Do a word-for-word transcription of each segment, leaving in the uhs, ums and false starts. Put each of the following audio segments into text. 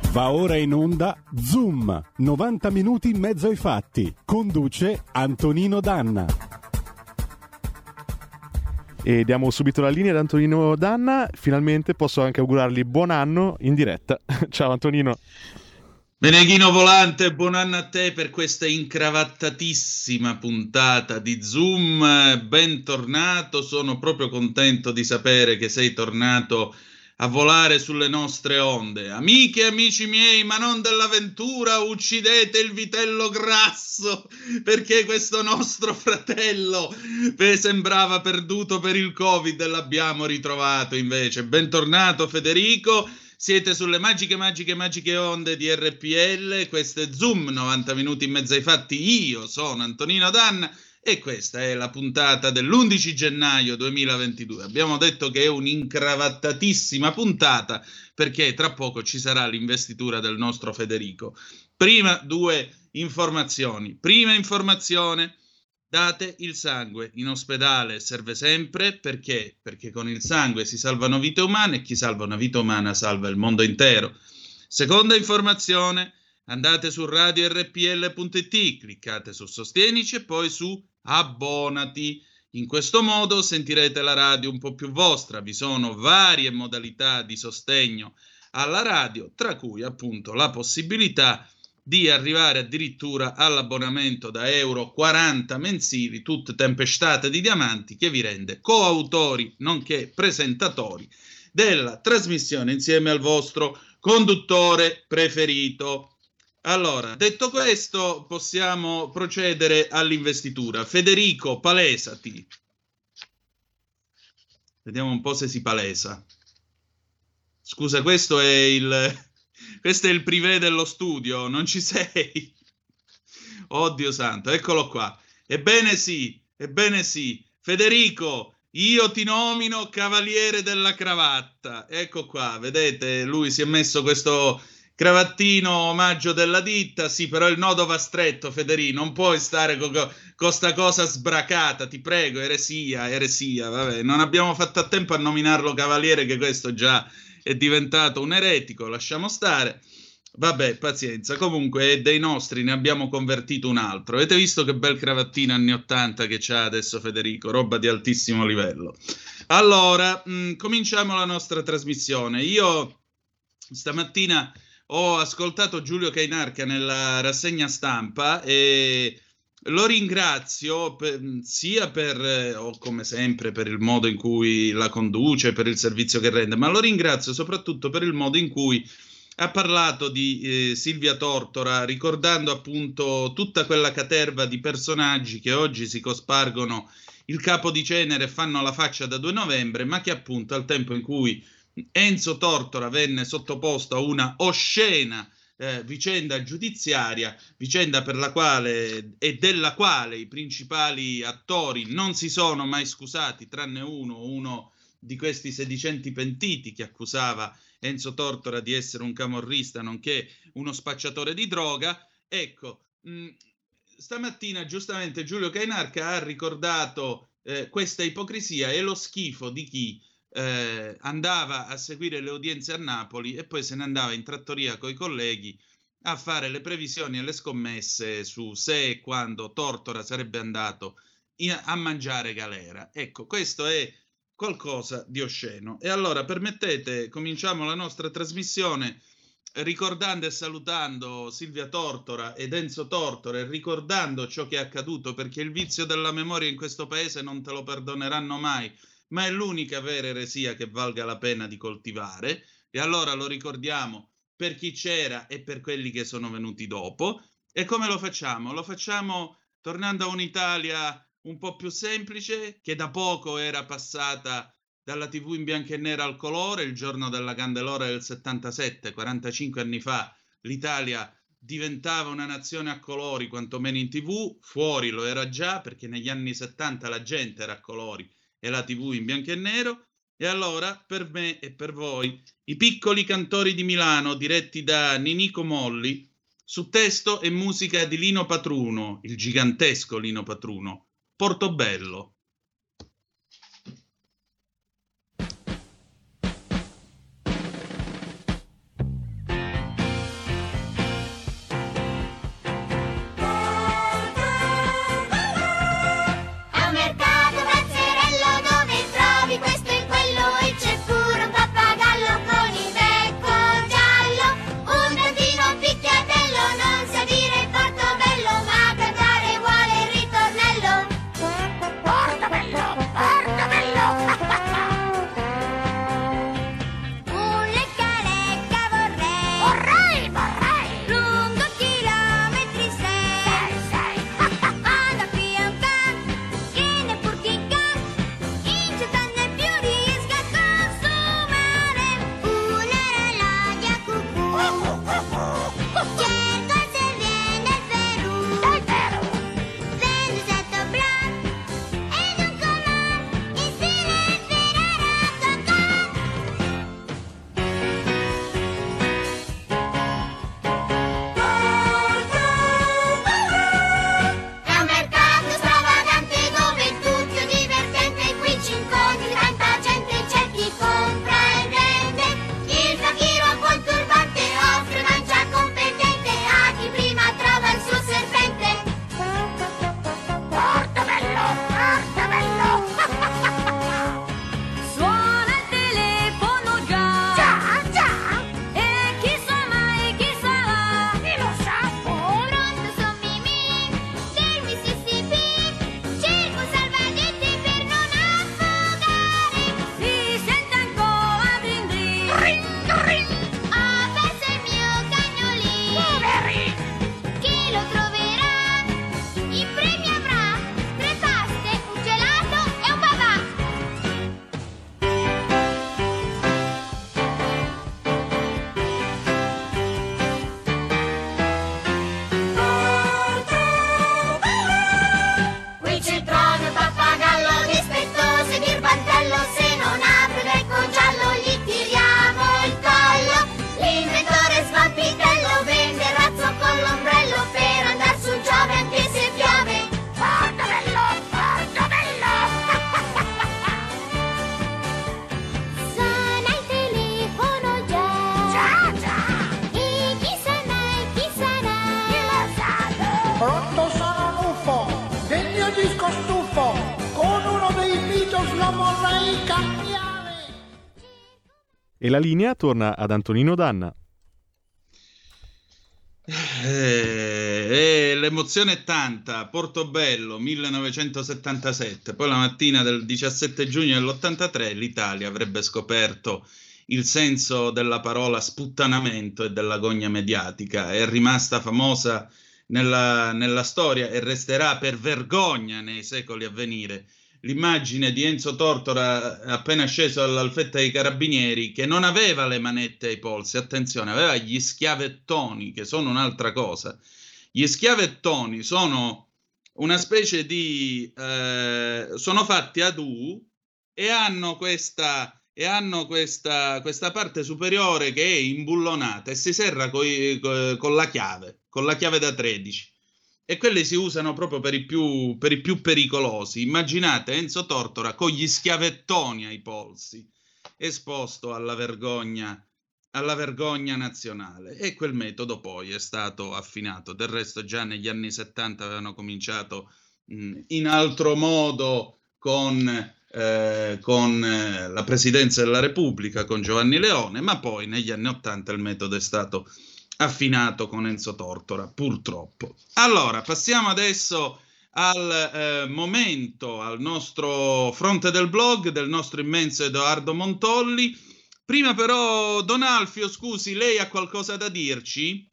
Va ora in onda Zoom, novanta minuti in mezzo ai fatti. Conduce Antonino Danna. E diamo subito la linea ad Antonino Danna. Finalmente posso anche augurargli buon anno in diretta. Ciao Antonino. Meneghino Volante, buon anno a te per questa incravattatissima puntata di Zoom. Bentornato, sono proprio contento di sapere che sei tornato a volare sulle nostre onde. Amiche e amici miei, ma non dell'avventura, uccidete il vitello grasso, perché questo nostro fratello sembrava perduto per il Covid e l'abbiamo ritrovato invece. Bentornato Federico, siete sulle magiche, magiche, magiche onde di R P L, questo è Zoom, novanta minuti in mezzo ai fatti. Io sono Antonino Danna e questa è la puntata dell'undici gennaio duemilaventidue. Abbiamo detto che è un'incravattatissima puntata perché tra poco ci sarà l'investitura del nostro Federico. Prima due informazioni. Prima informazione: date il sangue. In ospedale serve sempre, perché? Perché con il sangue si salvano vite umane e chi salva una vita umana salva il mondo intero. Seconda informazione: andate su radio R P L punto it, cliccate su Sostienici e poi su Abbonati. In questo modo sentirete la radio un po' più vostra. Vi sono varie modalità di sostegno alla radio, tra cui appunto la possibilità di arrivare addirittura all'abbonamento da euro quaranta mensili, tutte tempestate di diamanti, che vi rende coautori nonché presentatori della trasmissione insieme al vostro conduttore preferito. Allora, detto questo, possiamo procedere all'investitura. Federico, palesati. Vediamo un po' se si palesa. Scusa, questo è il questo è il privé dello studio, non ci sei? Oddio santo, eccolo qua. Ebbene sì, ebbene sì. Federico, io ti nomino cavaliere della cravatta. Ecco qua, vedete, lui si è messo questo cravattino omaggio della ditta. Sì, però il nodo va stretto, Federico, non puoi stare con co, co sta cosa sbracata, ti prego, eresia, eresia, vabbè, non abbiamo fatto a tempo a nominarlo cavaliere, che questo già è diventato un eretico, lasciamo stare. Vabbè, pazienza, comunque è dei nostri, ne abbiamo convertito un altro. Avete visto che bel cravattino anni ottanta che c'ha adesso Federico, roba di altissimo livello. Allora, mh, cominciamo la nostra trasmissione. Io stamattina ho ascoltato Giulio Cainarca nella rassegna stampa e lo ringrazio per, sia per, eh, o come sempre, per il modo in cui la conduce, per il servizio che rende, ma lo ringrazio soprattutto per il modo in cui ha parlato di eh, Silvia Tortora, ricordando appunto tutta quella caterva di personaggi che oggi si cospargono il capo di cenere e fanno la faccia da due novembre, ma che appunto al tempo in cui Enzo Tortora venne sottoposto a una oscena eh, vicenda giudiziaria, vicenda per la quale e della quale i principali attori non si sono mai scusati, tranne uno, uno di questi sedicenti pentiti che accusava Enzo Tortora di essere un camorrista nonché uno spacciatore di droga. Ecco, mh, stamattina giustamente Giulio Cainarca ha ricordato eh, questa ipocrisia e lo schifo di chi Eh, andava a seguire le udienze a Napoli e poi se ne andava in trattoria coi colleghi a fare le previsioni e le scommesse su se e quando Tortora sarebbe andato in, a mangiare galera. Ecco, questo è qualcosa di osceno. E allora permettete, cominciamo la nostra trasmissione ricordando e salutando Silvia Tortora ed Enzo Tortora e ricordando ciò che è accaduto, perché il vizio della memoria in questo paese non te lo perdoneranno mai, ma è l'unica vera eresia che valga la pena di coltivare. E allora lo ricordiamo per chi c'era e per quelli che sono venuti dopo. E come lo facciamo? Lo facciamo tornando a un'Italia un po' più semplice, che da poco era passata dalla tivù in bianco e nero al colore. Il giorno della Candelora del settantasette, quarantacinque anni fa, l'Italia diventava una nazione a colori, quantomeno in tivù. Fuori lo era già, perché negli anni settanta la gente era a colori e la tivù in bianco e nero. E allora, per me e per voi, i piccoli cantori di Milano, diretti da Ninico Molli, su testo e musica di Lino Patruno, il gigantesco Lino Patruno, Portobello. E la linea torna ad Antonino Danna. Eh, eh, l'emozione è tanta. Portobello millenovecentosettantasette, poi la mattina del diciassette giugno dell'ottantatré l'Italia avrebbe scoperto il senso della parola sputtanamento e della gogna mediatica. È rimasta famosa nella, nella storia e resterà per vergogna nei secoli a venire l'immagine di Enzo Tortora appena sceso dall'alfetta dei carabinieri, che non aveva le manette ai polsi, attenzione, aveva gli schiavettoni, che sono un'altra cosa. Gli schiavettoni sono una specie di eh, sono fatti ad U e hanno questa e hanno questa, questa parte superiore che è imbullonata e si serra coi, co, con la chiave, con la chiave da tredici. E quelli si usano proprio per i più, per i più pericolosi. Immaginate Enzo Tortora con gli schiavettoni ai polsi, esposto alla vergogna, alla vergogna nazionale. E quel metodo poi è stato affinato. Del resto già negli anni settanta avevano cominciato mh, in altro modo con, eh, con eh, la Presidenza della Repubblica, con Giovanni Leone, ma poi negli anni ottanta il metodo è stato affinato con Enzo Tortora, purtroppo. Allora, passiamo adesso al eh, momento, al nostro fronte del blog, del nostro immenso Edoardo Montolli. Prima però, Don Alfio, scusi, lei ha qualcosa da dirci?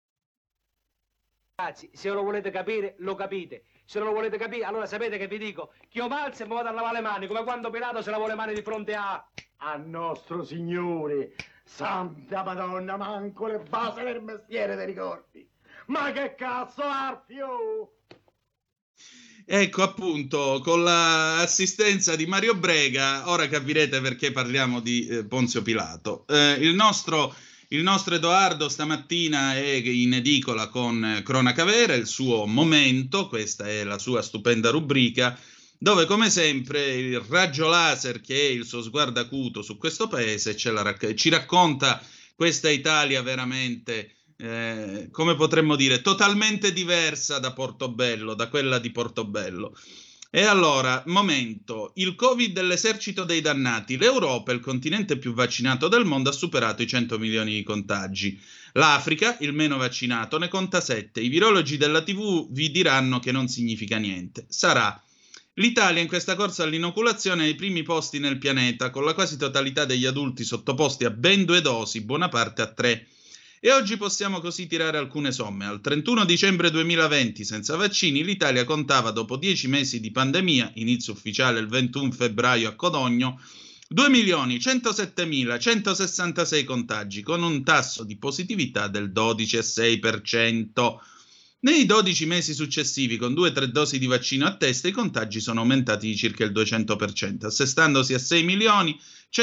Ragazzi, se lo volete capire, lo capite. Se non lo volete capire, allora sapete che vi dico? Che io valse e mi vado a lavare le mani, come quando Pilato se lava le mani di fronte a... a nostro Signore. Santa Madonna, manco le basi del mestiere dei ricordi. Ma che cazzo, Alfio? Ecco, appunto, con l'assistenza di Mario Brega, ora capirete perché parliamo di eh, Ponzio Pilato. Eh, il nostro, il nostro Edoardo stamattina è in edicola con Cronaca Vera, il suo momento, questa è la sua stupenda rubrica, dove come sempre il raggio laser, che è il suo sguardo acuto su questo paese, ce la rac- ci racconta questa Italia veramente, eh, come potremmo dire, totalmente diversa da Portobello, da quella di Portobello. E allora, momento, il Covid dell'esercito dei dannati. L'Europa, il continente più vaccinato del mondo, ha superato i cento milioni di contagi. L'Africa, il meno vaccinato, ne conta sette. I virologi della tivù vi diranno che non significa niente. Sarà. L'Italia in questa corsa all'inoculazione è ai primi posti nel pianeta, con la quasi totalità degli adulti sottoposti a ben due dosi, buona parte a tre. E oggi possiamo così tirare alcune somme. Al trentuno dicembre duemilaventi, senza vaccini, l'Italia contava, dopo dieci mesi di pandemia, inizio ufficiale il ventuno febbraio a Codogno, due milioni centosettemilacentossessantasei contagi, con un tasso di positività del dodici virgola sei per cento. Nei dodici mesi successivi, con due o tre dosi di vaccino a testa, i contagi sono aumentati di circa il duecento per cento, assestandosi a sei milioni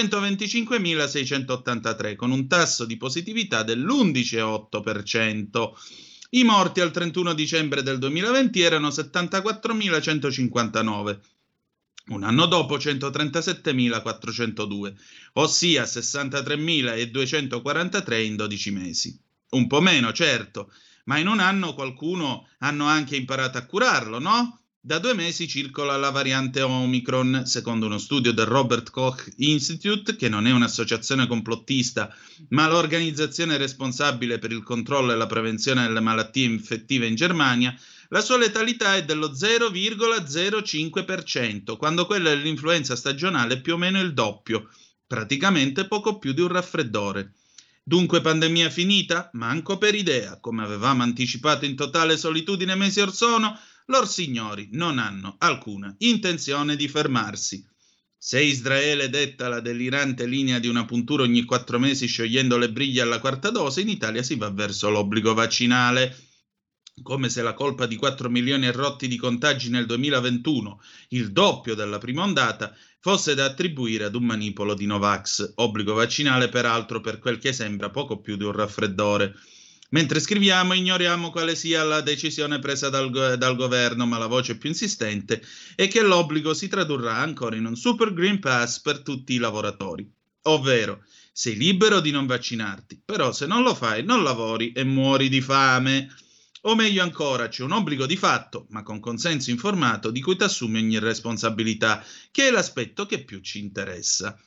centoventicinquemilaseicentottantatré, con un tasso di positività dell'undici virgola otto per cento. I morti al trentuno dicembre del duemilaventi erano settantaquattromilacentocinquantanove, un anno dopo centotrentasettemilaquattrocentodue, ossia sessantatremiladuecentoquarantatré in dodici mesi. Un po' meno, certo, ma in un anno qualcuno hanno anche imparato a curarlo, no? Da due mesi circola la variante Omicron, secondo uno studio del Robert Koch Institute, che non è un'associazione complottista, ma l'organizzazione responsabile per il controllo e la prevenzione delle malattie infettive in Germania. La sua letalità è dello zero virgola zero cinque per cento, quando quella dell'influenza stagionale è più o meno il doppio, praticamente poco più di un raffreddore. Dunque pandemia finita? Manco per idea. Come avevamo anticipato in totale solitudine mesi or sono, lor signori non hanno alcuna intenzione di fermarsi. Se Israele detta la delirante linea di una puntura ogni quattro mesi sciogliendo le briglie alla quarta dose, in Italia si va verso l'obbligo vaccinale. Come se la colpa di quattro milioni e rotti di contagi nel duemilaventuno, il doppio della prima ondata, fosse da attribuire ad un manipolo di Novax, obbligo vaccinale peraltro per quel che sembra poco più di un raffreddore. Mentre scriviamo ignoriamo quale sia la decisione presa dal, dal governo, ma la voce più insistente è che l'obbligo si tradurrà ancora in un Super Green Pass per tutti i lavoratori. Ovvero, sei libero di non vaccinarti, però se non lo fai non lavori e muori di fame. O meglio ancora, c'è un obbligo di fatto, ma con consenso informato, di cui ti assumi ogni responsabilità, che è l'aspetto che più ci interessa.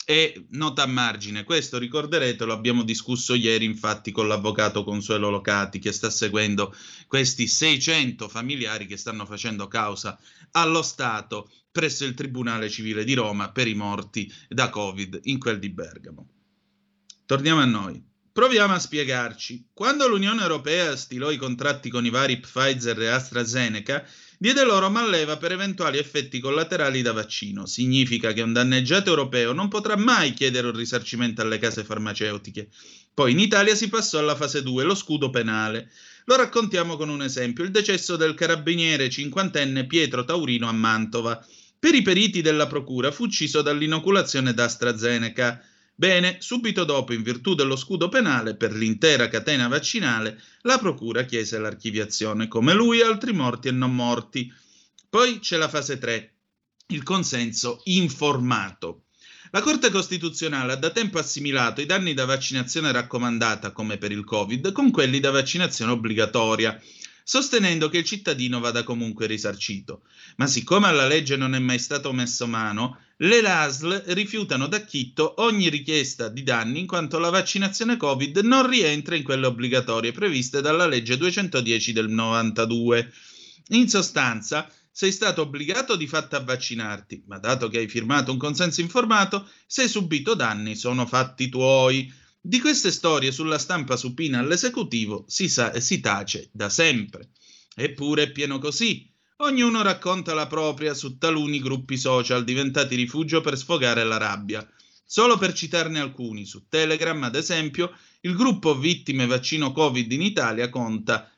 E nota a margine, questo ricorderete, lo abbiamo discusso ieri infatti con l'avvocato Consuelo Locati, che sta seguendo questi seicento familiari che stanno facendo causa allo Stato presso il Tribunale Civile di Roma per i morti da Covid in quel di Bergamo. Torniamo a noi. Proviamo a spiegarci. Quando l'Unione Europea stilò i contratti con i vari Pfizer e AstraZeneca, diede loro manleva per eventuali effetti collaterali da vaccino. Significa che un danneggiato europeo non potrà mai chiedere un risarcimento alle case farmaceutiche. Poi in Italia si passò alla fase due, lo scudo penale. Lo raccontiamo con un esempio, il decesso del carabiniere cinquantenne Pietro Taurino a Mantova. Per i periti della procura fu ucciso dall'inoculazione da AstraZeneca. Bene, subito dopo, in virtù dello scudo penale per l'intera catena vaccinale, la procura chiese l'archiviazione, come lui altri morti e non morti. Poi c'è la fase tre, il consenso informato. La Corte Costituzionale ha da tempo assimilato i danni da vaccinazione raccomandata, come per il Covid, con quelli da vaccinazione obbligatoria, sostenendo che il cittadino vada comunque risarcito. Ma siccome alla legge non è mai stato messo mano, le L A S L rifiutano da chitto ogni richiesta di danni in quanto la vaccinazione Covid non rientra in quelle obbligatorie previste dalla legge duecentodieci del novantadue. In sostanza, sei stato obbligato di fatto a vaccinarti, ma dato che hai firmato un consenso informato, se hai subito danni sono fatti tuoi. Di queste storie sulla stampa supina all'esecutivo si, sa, si tace da sempre. Eppure è pieno così. Ognuno racconta la propria su taluni gruppi social diventati rifugio per sfogare la rabbia. Solo per citarne alcuni, su Telegram, ad esempio, il gruppo Vittime Vaccino Covid in Italia conta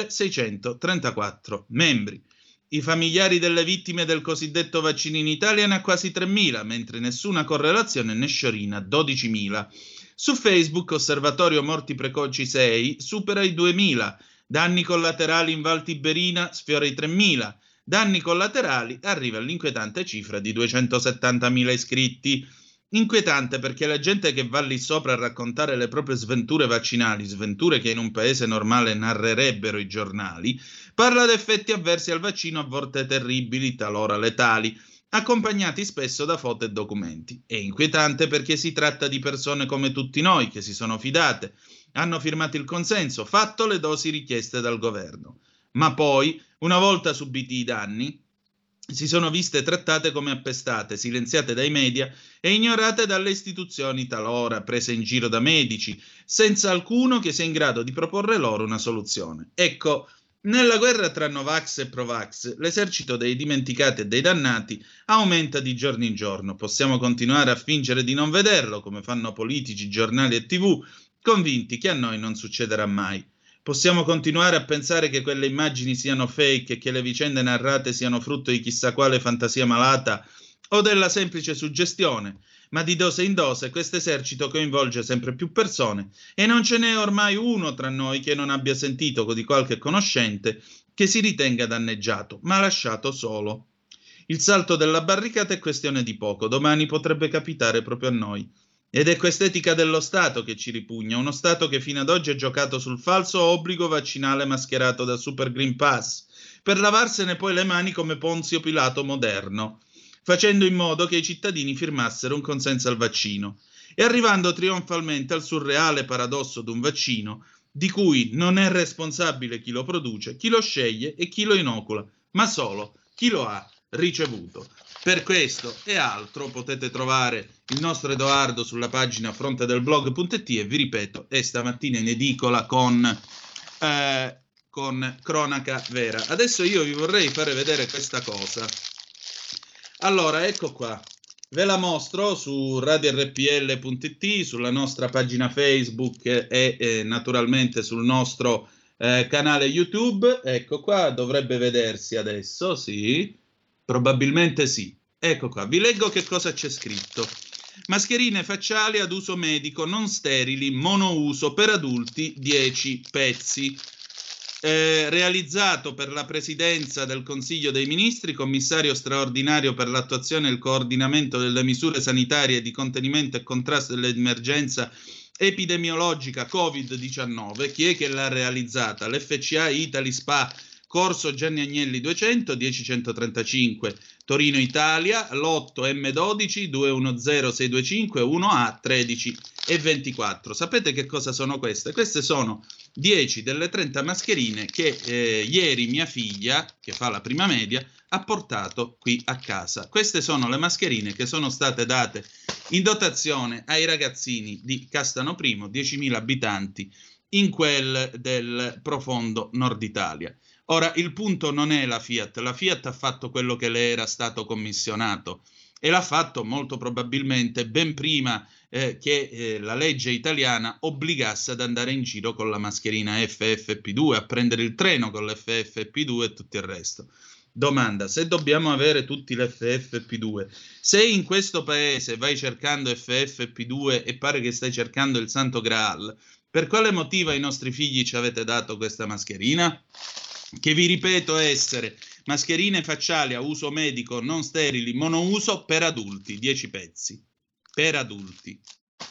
milleseicentotrentaquattro membri. I familiari delle vittime del cosiddetto vaccino in Italia ne ha quasi tremila, mentre nessuna correlazione ne sciorina dodicimila. Su Facebook Osservatorio Morti Precoci sei supera i duemila, danni collaterali in Val Tiberina sfiora i tremila, danni collaterali arriva all'inquietante cifra di duecentosettantamila iscritti. Inquietante perché la gente che va lì sopra a raccontare le proprie sventure vaccinali, sventure che in un paese normale narrerebbero i giornali, parla di effetti avversi al vaccino a volte terribili, talora letali, accompagnati spesso da foto e documenti. È inquietante perché si tratta di persone come tutti noi, che si sono fidate, hanno firmato il consenso, fatto le dosi richieste dal governo. Ma poi, una volta subiti i danni, si sono viste trattate come appestate, silenziate dai media e ignorate dalle istituzioni, talora prese in giro da medici, senza alcuno che sia in grado di proporre loro una soluzione. Ecco, nella guerra tra Novax e Provax, l'esercito dei dimenticati e dei dannati aumenta di giorno in giorno. Possiamo continuare a fingere di non vederlo, come fanno politici, giornali e tivù, convinti che a noi non succederà mai. Possiamo continuare a pensare che quelle immagini siano fake e che le vicende narrate siano frutto di chissà quale fantasia malata o della semplice suggestione, ma di dose in dose questo esercito coinvolge sempre più persone e non ce n'è ormai uno tra noi che non abbia sentito di qualche conoscente che si ritenga danneggiato, ma lasciato solo. Il salto della barricata è questione di poco, domani potrebbe capitare proprio a noi. Ed è quest'etica dello Stato che ci ripugna, uno Stato che fino ad oggi ha giocato sul falso obbligo vaccinale mascherato da Super Green Pass, per lavarsene poi le mani come Ponzio Pilato moderno, facendo in modo che i cittadini firmassero un consenso al vaccino, e arrivando trionfalmente al surreale paradosso di un vaccino di cui non è responsabile chi lo produce, chi lo sceglie e chi lo inocula, ma solo chi lo ha ricevuto. Per questo e altro potete trovare il nostro Edoardo sulla pagina frontedelblog.it e vi ripeto, è stamattina in edicola con, eh, con Cronaca Vera. Adesso io vi vorrei fare vedere questa cosa. Allora, ecco qua, ve la mostro su radio erre pi elle punto it, sulla nostra pagina Facebook e eh, naturalmente sul nostro eh, canale YouTube. Ecco qua, dovrebbe vedersi adesso, sì. Probabilmente sì. Ecco qua, vi leggo che cosa c'è scritto. Mascherine facciali ad uso medico non sterili, monouso per adulti, dieci pezzi. Eh, realizzato per la Presidenza del Consiglio dei Ministri, commissario straordinario per l'attuazione e il coordinamento delle misure sanitarie di contenimento e contrasto dell'emergenza epidemiologica covid diciannove. Chi è che l'ha realizzata? L'F C A Italy S P A Corso Gianni Agnelli duecento, dieci centotrentacinque Torino Italia, lotto emme dodici due uno zero sei due cinque uno A tredici e ventiquattro. Sapete che cosa sono queste? Queste sono dieci delle trenta mascherine che eh, ieri mia figlia, che fa la prima media, ha portato qui a casa. Queste sono le mascherine che sono state date in dotazione ai ragazzini di Castano Primo, diecimila abitanti, in quel del profondo nord Italia. Ora, il punto non è la Fiat. La Fiat ha fatto quello che le era stato commissionato e l'ha fatto molto probabilmente ben prima eh, che eh, la legge italiana obbligasse ad andare in giro con la mascherina effe effe pi due, a prendere il treno con l'effe effe pi due e tutto il resto. Domanda: se dobbiamo avere tutti l'effe effe pi due, se in questo paese vai cercando effe effe pi due e pare che stai cercando il Santo Graal, per quale motivo ai nostri figli ci avete dato questa mascherina? Che vi ripeto essere mascherine facciali a uso medico non sterili, monouso per adulti, dieci pezzi, per adulti.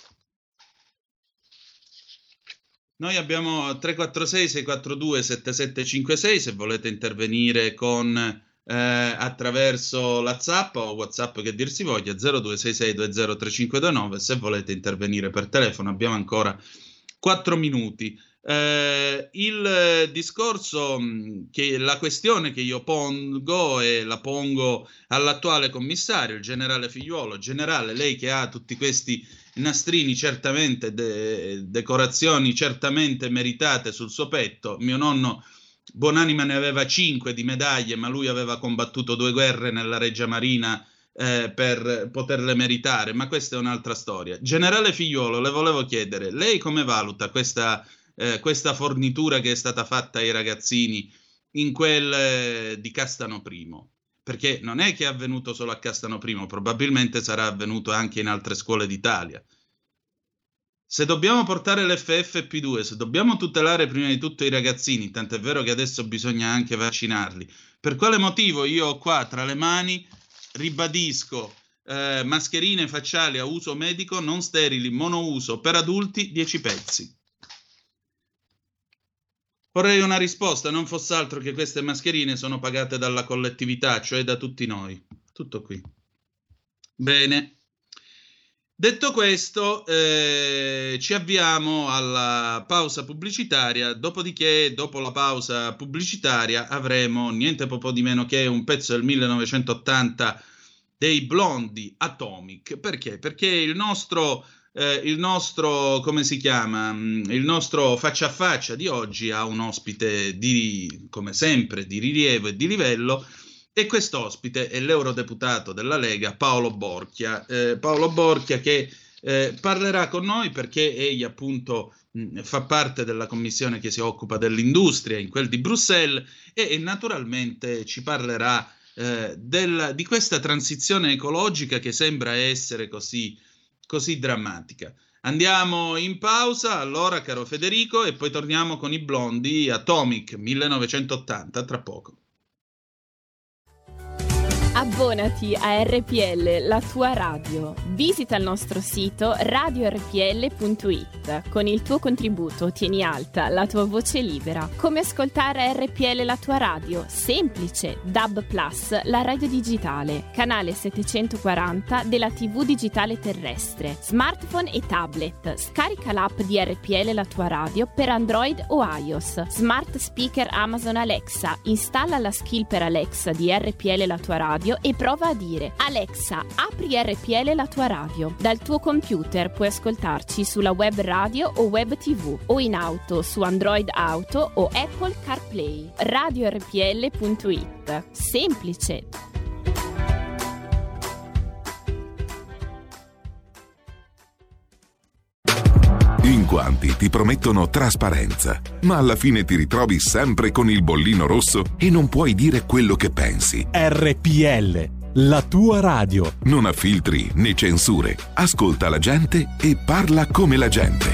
Noi abbiamo tre quattro sei sei quattro due sette sette cinque sei se volete intervenire con eh, attraverso la Zap o WhatsApp che dir si voglia, zero due sei sei due zero tre cinque due nove. Se volete intervenire per telefono abbiamo ancora quattro minuti. Eh, il discorso, che la questione che io pongo e la pongo all'attuale commissario, il generale Figliuolo. Generale, lei che ha tutti questi nastrini, certamente de- decorazioni certamente meritate sul suo petto. Mio nonno buonanima ne aveva cinque di medaglie, ma lui aveva combattuto due guerre nella Regia Marina eh, per poterle meritare, ma questa è un'altra storia. Generale Figliuolo, le volevo chiedere, lei come valuta questa Eh, questa fornitura che è stata fatta ai ragazzini in quel eh, di Castano Primo? Perché non è che è avvenuto solo a Castano Primo, probabilmente sarà avvenuto anche in altre scuole d'Italia. Se dobbiamo portare l'effe effe pi due, se dobbiamo tutelare prima di tutto i ragazzini, tant'è vero che adesso bisogna anche vaccinarli, per quale motivo io ho qua tra le mani, ribadisco, eh, mascherine facciali a uso medico non sterili, monouso per adulti, dieci pezzi? Vorrei una risposta, non fosse altro che queste mascherine sono pagate dalla collettività, cioè da tutti noi. Tutto qui. Bene. Detto questo, eh, ci avviamo alla pausa pubblicitaria, dopodiché, dopo la pausa pubblicitaria, avremo niente po' di meno che un pezzo del millenovecentottanta dei Blondi, Atomic. Perché? Perché il nostro... Eh, il nostro, come si chiama, il nostro faccia a faccia di oggi ha un ospite di, come sempre, di rilievo e di livello, e quest'ospite è l'eurodeputato della Lega Paolo Borchia. Eh, Paolo Borchia che eh, parlerà con noi perché egli appunto mh, fa parte della commissione che si occupa dell'industria in quel di Bruxelles e, e naturalmente ci parlerà eh, del, di questa transizione ecologica che sembra essere così così drammatica. Andiamo in pausa allora, caro Federico, e poi torniamo con i Blondi, Atomic millenovecentottanta, tra poco. Abbonati a erre pi elle, la tua radio. Visita il nostro sito radio erre pi elle punto it. Con il tuo contributo tieni alta la tua voce libera. Come ascoltare erre pi elle, la tua radio? Semplice. D A B plus, la radio digitale. Canale settecentoquaranta della tivù digitale terrestre. Smartphone e tablet. Scarica l'app di erre pi elle, la tua radio per Android o iOS. Smart speaker Amazon Alexa. Installa la skill per Alexa di erre pi elle, la tua radio e prova a dire: Alexa, apri erre pi elle, la tua radio. Dal tuo computer puoi ascoltarci sulla web radio o web tivù o in auto su Android Auto o Apple CarPlay. radio erre pi elle punto it. Semplice. In quanti ti promettono trasparenza, ma alla fine ti ritrovi sempre con il bollino rosso e non puoi dire quello che pensi. erre pi elle, la tua radio. Non ha filtri né censure. Ascolta la gente e parla come la gente.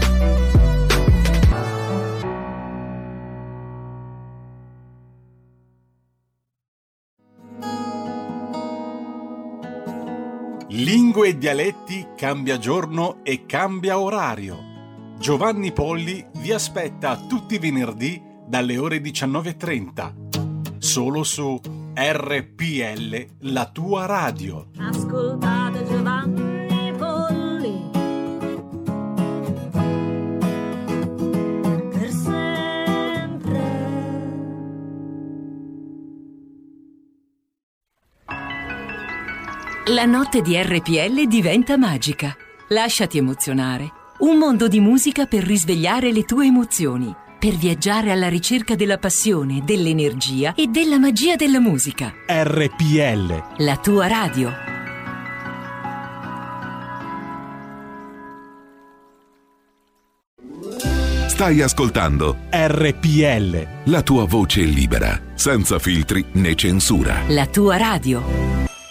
Lingue e dialetti cambia giorno e cambia orario. Giovanni Polli vi aspetta tutti i venerdì dalle ore diciannove e trenta. Solo su R P L, la tua radio. Ascoltate Giovanni Polli. Per sempre. La notte di R P L diventa magica. Lasciati emozionare. Un mondo di musica per risvegliare le tue emozioni. Per viaggiare alla ricerca della passione, dell'energia e della magia della musica. R P L, la tua radio. Stai ascoltando R P L, la tua voce libera, senza filtri né censura. La tua radio.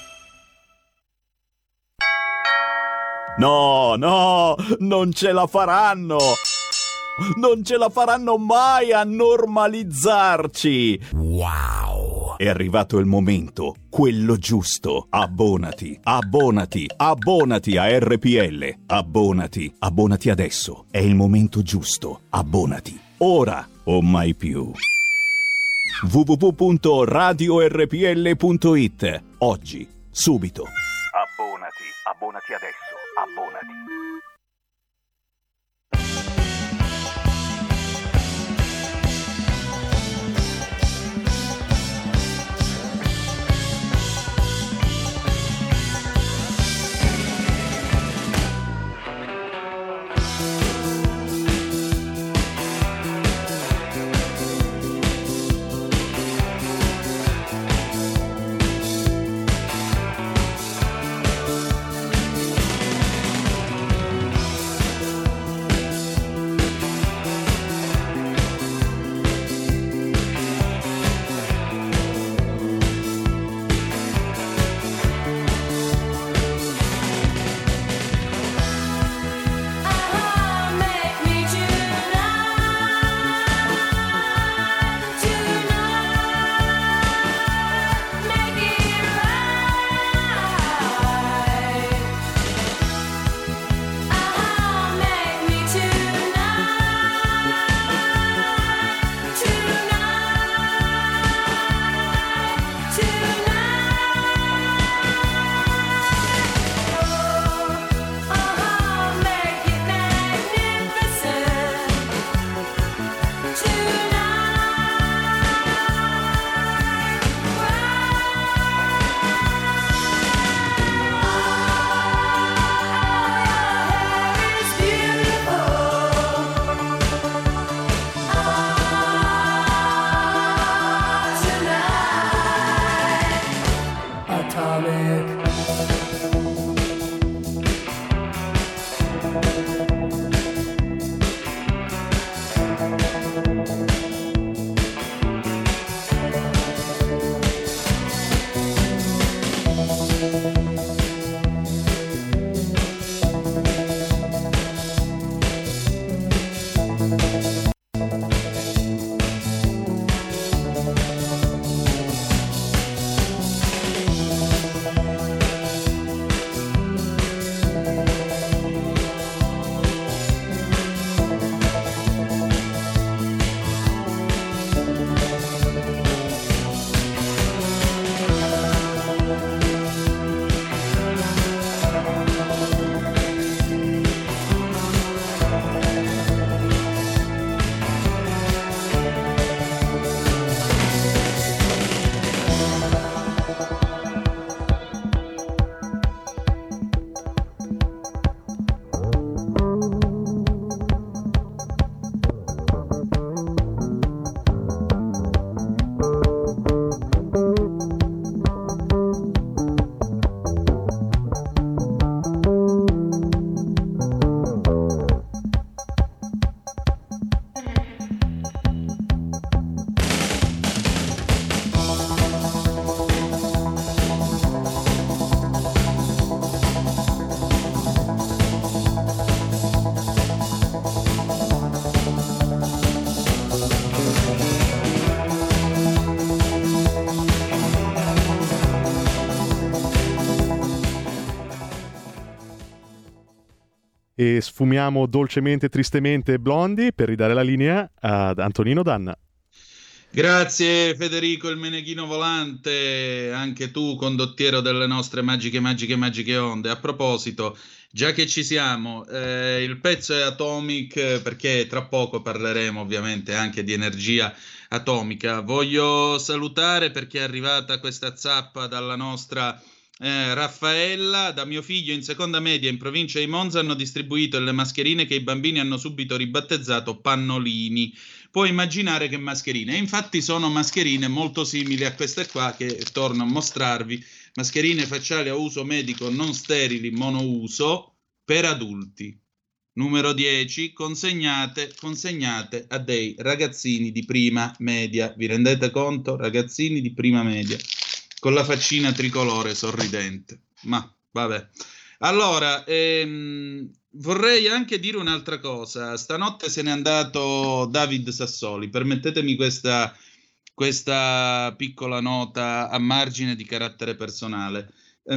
No, no, non ce la faranno! Non ce la faranno mai a normalizzarci! Wow! È arrivato il momento, quello giusto. Abbonati, abbonati, abbonati a R P L. Abbonati, abbonati adesso. È il momento giusto. Abbonati. Ora o mai più. w w w punto radio r p l punto i t. Oggi, subito. Abbonati, abbonati adesso. Abbonati. E sfumiamo dolcemente e tristemente Blondie per ridare la linea ad Antonino Danna. Grazie Federico il Meneghino Volante, anche tu condottiero delle nostre magiche, magiche, magiche onde. A proposito, già che ci siamo, eh, il pezzo è Atomic, perché tra poco parleremo ovviamente anche di energia atomica. Voglio salutare, perché è arrivata questa zappa dalla nostra eh, Raffaella: da mio figlio in seconda media in provincia di Monza hanno distribuito le mascherine che i bambini hanno subito ribattezzato pannolini. Puoi immaginare che mascherine, e infatti sono mascherine molto simili a queste qua che torno a mostrarvi, mascherine facciali a uso medico non sterili monouso per adulti, numero dieci, consegnate, consegnate a dei ragazzini di prima media. Vi rendete conto? Ragazzini di prima media con la faccina tricolore sorridente. Ma vabbè. Allora, ehm, vorrei anche dire un'altra cosa. Stanotte se n'è andato David Sassoli. Permettetemi questa, questa piccola nota a margine di carattere personale.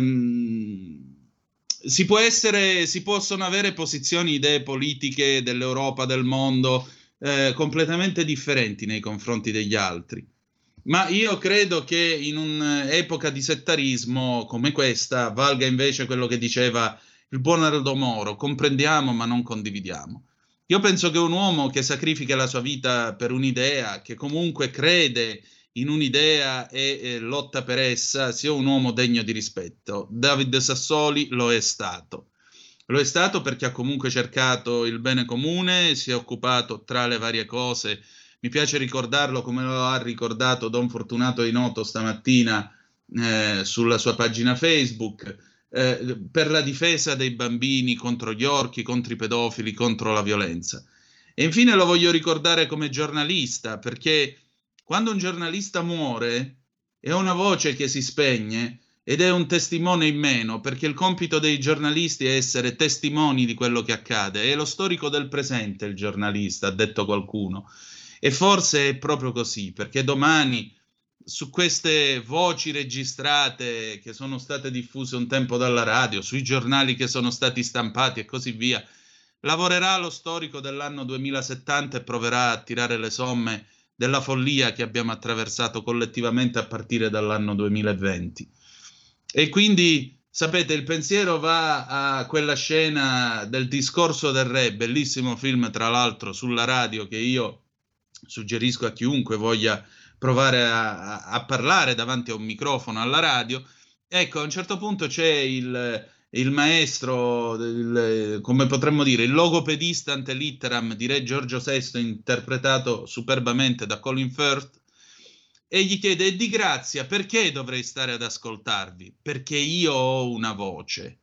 Ehm, si può essere, si possono avere posizioni, idee politiche dell'Europa, del mondo, eh, completamente differenti nei confronti degli altri. Ma io credo che in un'epoca di settarismo come questa valga invece quello che diceva il buon Aldo Moro: comprendiamo ma non condividiamo. Io penso che un uomo che sacrifica la sua vita per un'idea, che comunque crede in un'idea e eh, lotta per essa, sia un uomo degno di rispetto. David Sassoli lo è stato. Lo è stato perché ha comunque cercato il bene comune, si è occupato, tra le varie cose, mi piace ricordarlo come lo ha ricordato Don Fortunato Inoto stamattina eh, sulla sua pagina Facebook, eh, per la difesa dei bambini contro gli orchi, contro i pedofili, contro la violenza. E infine lo voglio ricordare come giornalista, perché quando un giornalista muore è una voce che si spegne ed è un testimone in meno, perché il compito dei giornalisti è essere testimoni di quello che accade. È lo storico del presente il giornalista, ha detto qualcuno. E forse è proprio così, perché domani su queste voci registrate che sono state diffuse un tempo dalla radio, sui giornali che sono stati stampati e così via, lavorerà lo storico dell'anno duemilasettanta e proverà a tirare le somme della follia che abbiamo attraversato collettivamente a partire dall'anno duemilaventi. E quindi, sapete, il pensiero va a quella scena del Discorso del Re, bellissimo film tra l'altro sulla radio, che io suggerisco a chiunque voglia provare a, a parlare davanti a un microfono alla radio. Ecco, a un certo punto c'è il, il maestro, il, come potremmo dire, il logopedista ante litteram di Re Giorgio sesto, interpretato superbamente da Colin Firth, e gli chiede: e di grazia, perché dovrei stare ad ascoltarvi? Perché io ho una voce.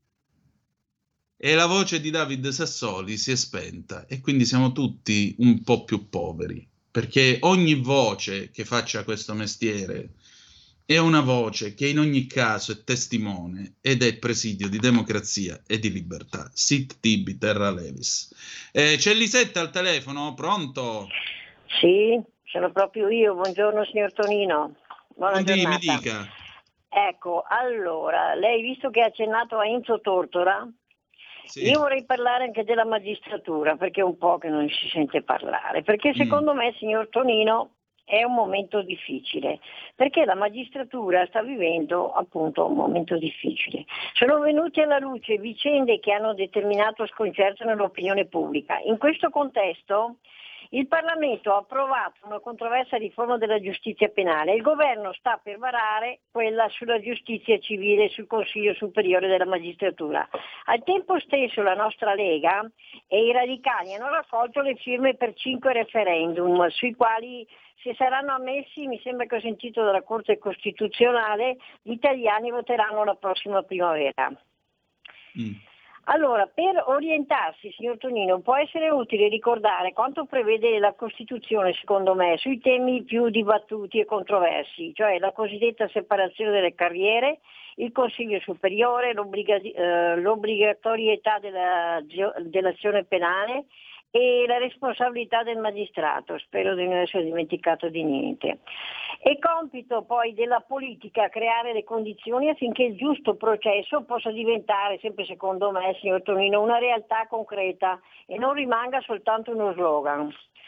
E la voce di David Sassoli si è spenta, e quindi siamo tutti un po' più poveri, perché ogni voce che faccia questo mestiere è una voce che in ogni caso è testimone ed è presidio di democrazia e di libertà. Sit tibi terra levis. Eh, c'è Lisetta al telefono, pronto? Sì, sono proprio io. Buongiorno signor Tonino. Buona Quindi, giornata. mi dica. Ecco, allora, lei visto che ha accennato a Enzo Tortora, sì. Io vorrei parlare anche della magistratura, perché è un po' che non si sente parlare, perché secondo mm. me, signor Tonino, è un momento difficile, perché la magistratura sta vivendo appunto un momento difficile. Sono venute alla luce vicende che hanno determinato sconcerto nell'opinione pubblica. In questo contesto il Parlamento ha approvato una controversa riforma della giustizia penale. Il governo sta per varare quella sulla giustizia civile e sul Consiglio Superiore della Magistratura. Al tempo stesso la nostra Lega e i radicali hanno raccolto le firme per cinque referendum, sui quali, se saranno ammessi, mi sembra che ho sentito dalla Corte Costituzionale, gli italiani voteranno la prossima primavera. Mm. Allora, per orientarsi, signor Tonino, può essere utile ricordare quanto prevede la Costituzione, secondo me, sui temi più dibattuti e controversi, cioè la cosiddetta separazione delle carriere, il Consiglio Superiore, l'obbliga- eh, l'obbligatorietà della, dell'azione penale e la responsabilità del magistrato. Spero di non essere dimenticato di niente. È compito poi della politica creare le condizioni affinché il giusto processo possa diventare, sempre secondo me, signor Tonino, una realtà concreta e non rimanga soltanto uno slogan.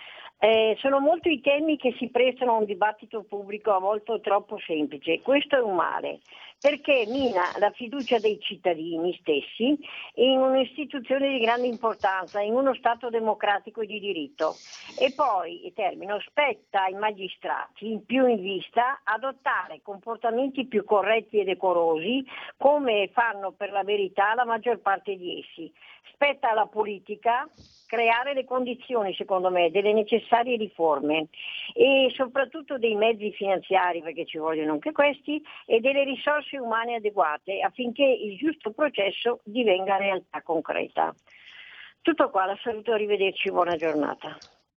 Eh, sono molto i temi che si prestano a un dibattito pubblico a volte troppo semplice. Questo è un male, perché mina la fiducia dei cittadini stessi in un'istituzione di grande importanza, in uno Stato democratico e di diritto. E poi, e termino, spetta ai magistrati, più in vista, adottare comportamenti più corretti e decorosi, come fanno per la verità la maggior parte di essi. Spetta alla politica creare le condizioni, secondo me, delle necessarie riforme e soprattutto dei mezzi finanziari, perché ci vogliono anche questi, e delle risorse umane adeguate affinché il giusto processo divenga realtà concreta. Tutto qua, la saluto, arrivederci, buona giornata.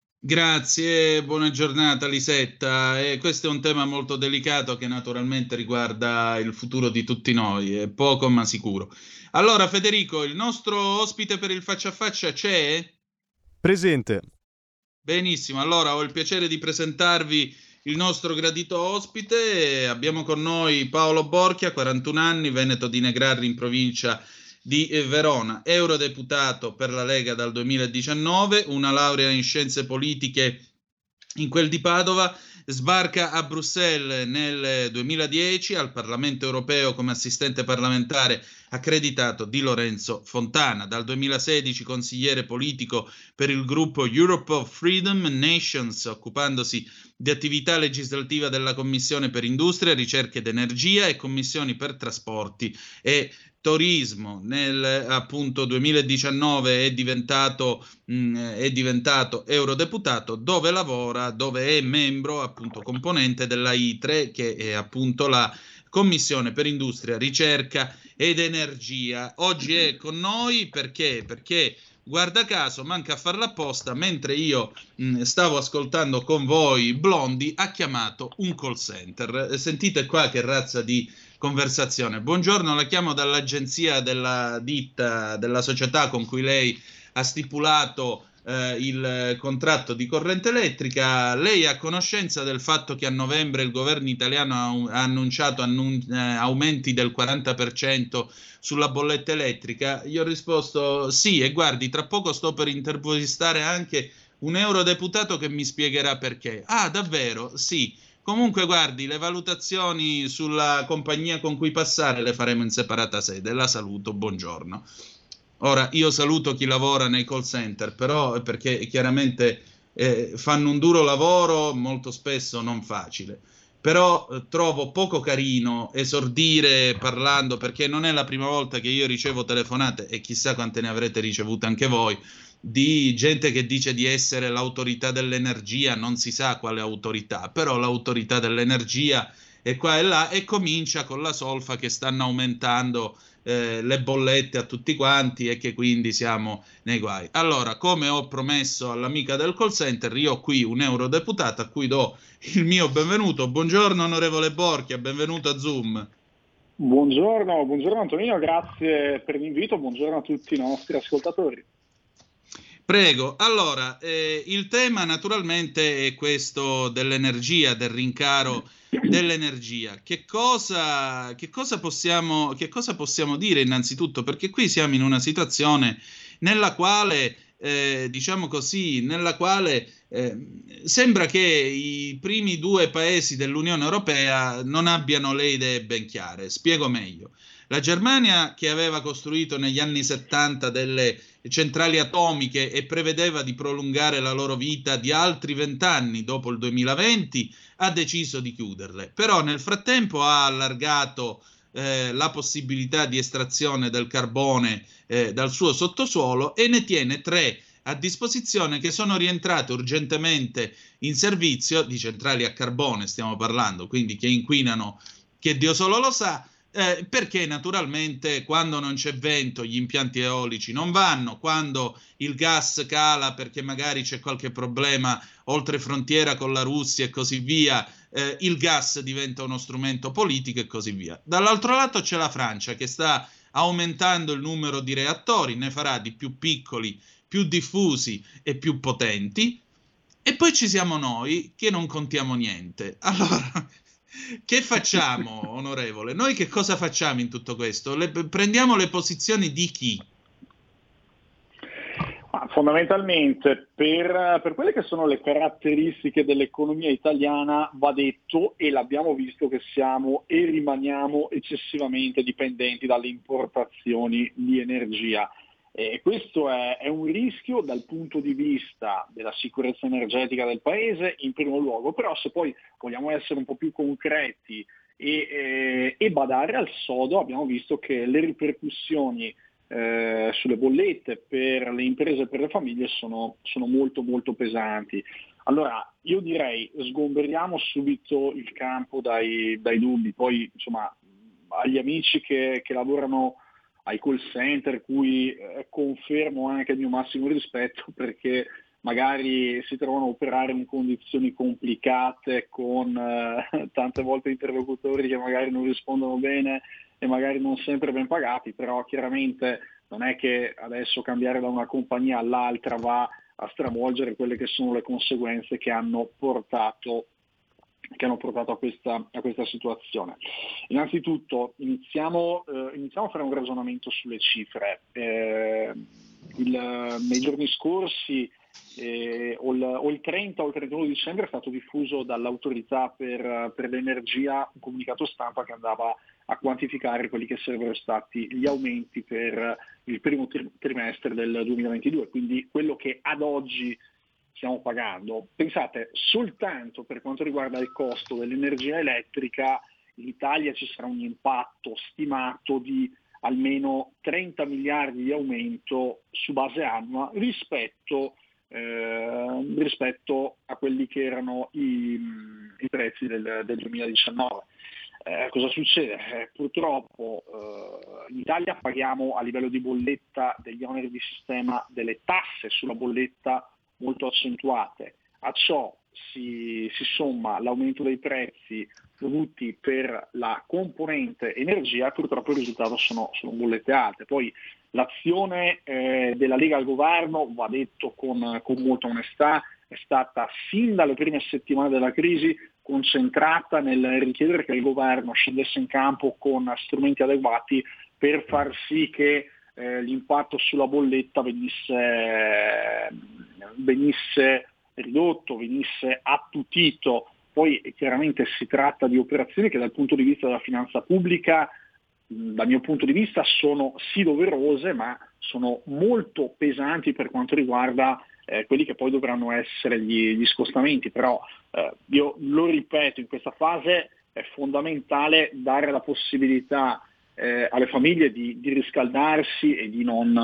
Grazie, buona giornata Lisetta. E questo è un tema molto delicato che naturalmente riguarda il futuro di tutti noi, è poco ma sicuro. Allora Federico, il nostro ospite per il faccia a faccia c'è? Presente. Benissimo, allora ho il piacere di presentarvi il nostro gradito ospite. Abbiamo con noi Paolo Borchia, quarantuno anni, veneto di Negrarri in provincia di Verona, eurodeputato per la Lega dal duemiladiciannove, una laurea in scienze politiche in quel di Padova, sbarca a Bruxelles nel duemiladieci al Parlamento europeo come assistente parlamentare accreditato di Lorenzo Fontana. Dal duemilasedici consigliere politico per il gruppo Europe of Freedom Nations, occupandosi di attività legislativa della Commissione per Industria, Ricerca ed Energia e Commissioni per Trasporti e Turismo. Nel appunto duemiladiciannove è diventato, mh, è diventato eurodeputato, dove lavora, dove è membro, appunto componente della I T R E, che è appunto la Commissione per Industria, Ricerca ed Energia. Oggi è con noi perché? Perché guarda caso, manca a farla apposta, mentre io mh, stavo ascoltando con voi Blondi, ha chiamato un call center. Sentite qua che razza di conversazione. Buongiorno, la chiamo dall'agenzia della ditta, della società con cui lei ha stipulato eh, il contratto di corrente elettrica. Lei ha conoscenza del fatto che a novembre il governo italiano ha annunciato annun- eh, aumenti del quaranta per cento sulla bolletta elettrica? Io ho risposto sì, e guardi, tra poco sto per intervistare anche un eurodeputato che mi spiegherà perché. Ah, davvero? Sì. Comunque, guardi, le valutazioni sulla compagnia con cui passare le faremo in separata sede. La saluto, buongiorno. Ora, io saluto chi lavora nei call center, però perché chiaramente eh, fanno un duro lavoro, molto spesso non facile. Però eh, trovo poco carino esordire parlando, perché non è la prima volta che io ricevo telefonate, e chissà quante ne avrete ricevute anche voi, di gente che dice di essere l'autorità dell'energia, non si sa quale autorità, però l'autorità dell'energia è qua e là, e comincia con la solfa che stanno aumentando eh, le bollette a tutti quanti e che quindi siamo nei guai. Allora, come ho promesso all'amica del call center, io ho qui un eurodeputato a cui do il mio benvenuto. Buongiorno onorevole Borchia, benvenuto a Zoom. Buongiorno, buongiorno Antonino, grazie per l'invito, buongiorno a tutti i nostri ascoltatori. Prego, allora, eh, il tema naturalmente è questo dell'energia, del rincaro dell'energia. Che cosa, che cosa possiamo, che cosa possiamo dire innanzitutto? Perché qui siamo in una situazione nella quale, eh, diciamo così, nella quale eh, sembra che i primi due paesi dell'Unione Europea non abbiano le idee ben chiare. Spiego meglio. La Germania, che aveva costruito negli anni settanta delle centrali atomiche e prevedeva di prolungare la loro vita di altri vent'anni dopo il duemilaventi, ha deciso di chiuderle. Però nel frattempo ha allargato eh, la possibilità di estrazione del carbone eh, dal suo sottosuolo e ne tiene tre a disposizione che sono rientrate urgentemente in servizio, di centrali a carbone stiamo parlando, quindi che inquinano che Dio solo lo sa. Eh, perché naturalmente quando non c'è vento gli impianti eolici non vanno, quando il gas cala perché magari c'è qualche problema oltre frontiera con la Russia e così via, eh, il gas diventa uno strumento politico e così via. Dall'altro lato c'è la Francia che sta aumentando il numero di reattori, ne farà di più piccoli, più diffusi e più potenti, e poi ci siamo noi che non contiamo niente. Allora... Che facciamo, onorevole? Noi che cosa facciamo in tutto questo? Le, prendiamo le posizioni di chi? Ma fondamentalmente per, per quelle che sono le caratteristiche dell'economia italiana va detto, e l'abbiamo visto, che siamo e rimaniamo eccessivamente dipendenti dalle importazioni di energia. E questo è, è un rischio dal punto di vista della sicurezza energetica del paese in primo luogo, però se poi vogliamo essere un po' più concreti e, eh, e badare al sodo, abbiamo visto che le ripercussioni Eh, sulle bollette per le imprese e per le famiglie sono, sono molto molto pesanti. Allora io direi sgomberiamo subito il campo dai, dai dubbi, poi insomma agli amici che, che lavorano ai call center, cui eh, confermo anche il mio massimo rispetto, perché magari si trovano a operare in condizioni complicate con eh, tante volte interlocutori che magari non rispondono bene e magari non sempre ben pagati, però chiaramente non è che adesso cambiare da una compagnia all'altra va a stravolgere quelle che sono le conseguenze che hanno portato che hanno portato a questa, a questa situazione. Innanzitutto iniziamo, eh, iniziamo a fare un ragionamento sulle cifre. Eh, il, nei giorni scorsi Eh, o, il, o il trenta o il trentuno dicembre è stato diffuso dall'autorità per, per l'energia un comunicato stampa che andava a quantificare quelli che sarebbero stati gli aumenti per il primo tri- trimestre del duemilaventidue, quindi quello che ad oggi stiamo pagando. Pensate, soltanto per quanto riguarda il costo dell'energia elettrica in Italia ci sarà un impatto stimato di almeno trenta miliardi di aumento su base annua rispetto Eh, rispetto a quelli che erano i, i prezzi del, del duemiladiciannove. Eh, cosa succede? Eh, purtroppo eh, in Italia paghiamo a livello di bolletta degli oneri di sistema, delle tasse sulla bolletta molto accentuate. A ciò si, si somma l'aumento dei prezzi dovuti per la componente energia, purtroppo il risultato sono, sono bollette alte. Poi l'azione eh, della Lega al governo, va detto con, con molta onestà, è stata sin dalle prime settimane della crisi concentrata nel richiedere che il governo scendesse in campo con strumenti adeguati per far sì che eh, l'impatto sulla bolletta venisse, venisse ridotto, venisse attutito. Poi chiaramente si tratta di operazioni che dal punto di vista della finanza pubblica, dal mio punto di vista, sono sì doverose, ma sono molto pesanti per quanto riguarda eh, quelli che poi dovranno essere gli, gli scostamenti. Però eh, io lo ripeto, in questa fase è fondamentale dare la possibilità eh, alle famiglie di, di riscaldarsi e di non,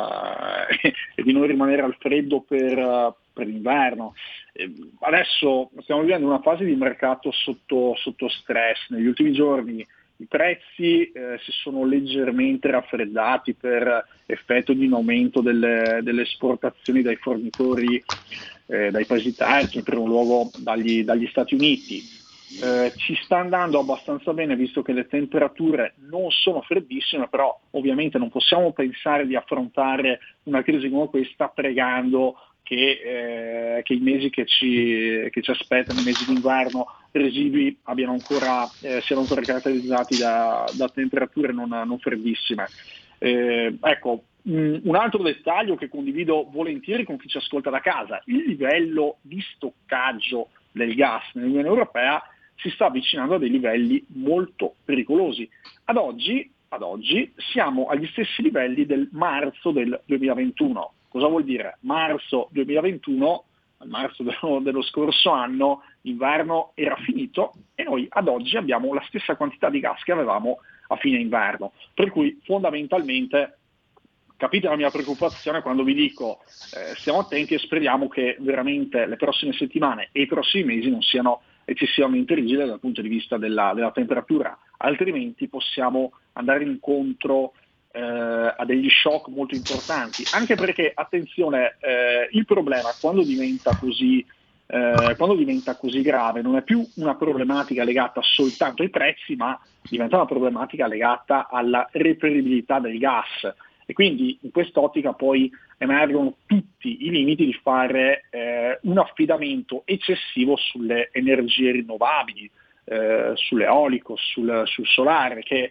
eh, e di non rimanere al freddo per, uh, per l'inverno. Eh, adesso stiamo vivendo una fase di mercato sotto, sotto stress. Negli ultimi giorni i prezzi eh, si sono leggermente raffreddati per effetto di un aumento delle, delle esportazioni dai fornitori, eh, dai paesi terzi, in primo luogo dagli, dagli Stati Uniti. Eh, ci sta andando abbastanza bene visto che le temperature non sono freddissime, però ovviamente non possiamo pensare di affrontare una crisi come questa pregando che, eh, che i mesi che ci, che ci aspettano, i mesi d'inverno residui abbiano ancora, eh, siano ancora caratterizzati da, da temperature non, non freddissime. Eh, ecco, mh, un altro dettaglio che condivido volentieri con chi ci ascolta da casa: il livello di stoccaggio del gas nell'Unione Europea si sta avvicinando a dei livelli molto pericolosi. Ad oggi, ad oggi siamo agli stessi livelli del marzo del duemilaventuno. Cosa vuol dire? Marzo duemilaventuno, a marzo dello, dello scorso anno, l'inverno era finito e noi ad oggi abbiamo la stessa quantità di gas che avevamo a fine inverno. Per cui fondamentalmente capite la mia preoccupazione quando vi dico eh, stiamo attenti e speriamo che veramente le prossime settimane e i prossimi mesi non siano eccessivamente rigide dal punto di vista della, della temperatura, altrimenti possiamo andare incontro eh, a degli shock molto importanti, anche perché, attenzione, eh, il problema quando diventa così eh, quando diventa così grave non è più una problematica legata soltanto ai prezzi, ma diventa una problematica legata alla reperibilità del gas. E quindi in quest'ottica poi emergono tutti i limiti di fare eh, un affidamento eccessivo sulle energie rinnovabili, eh, sull'eolico, sul, sul solare, che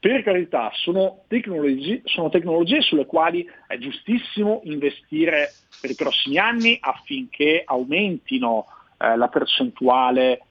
per carità, sono tecnologie, sono tecnologie sulle quali è giustissimo investire per i prossimi anni affinché aumentino eh, la percentuale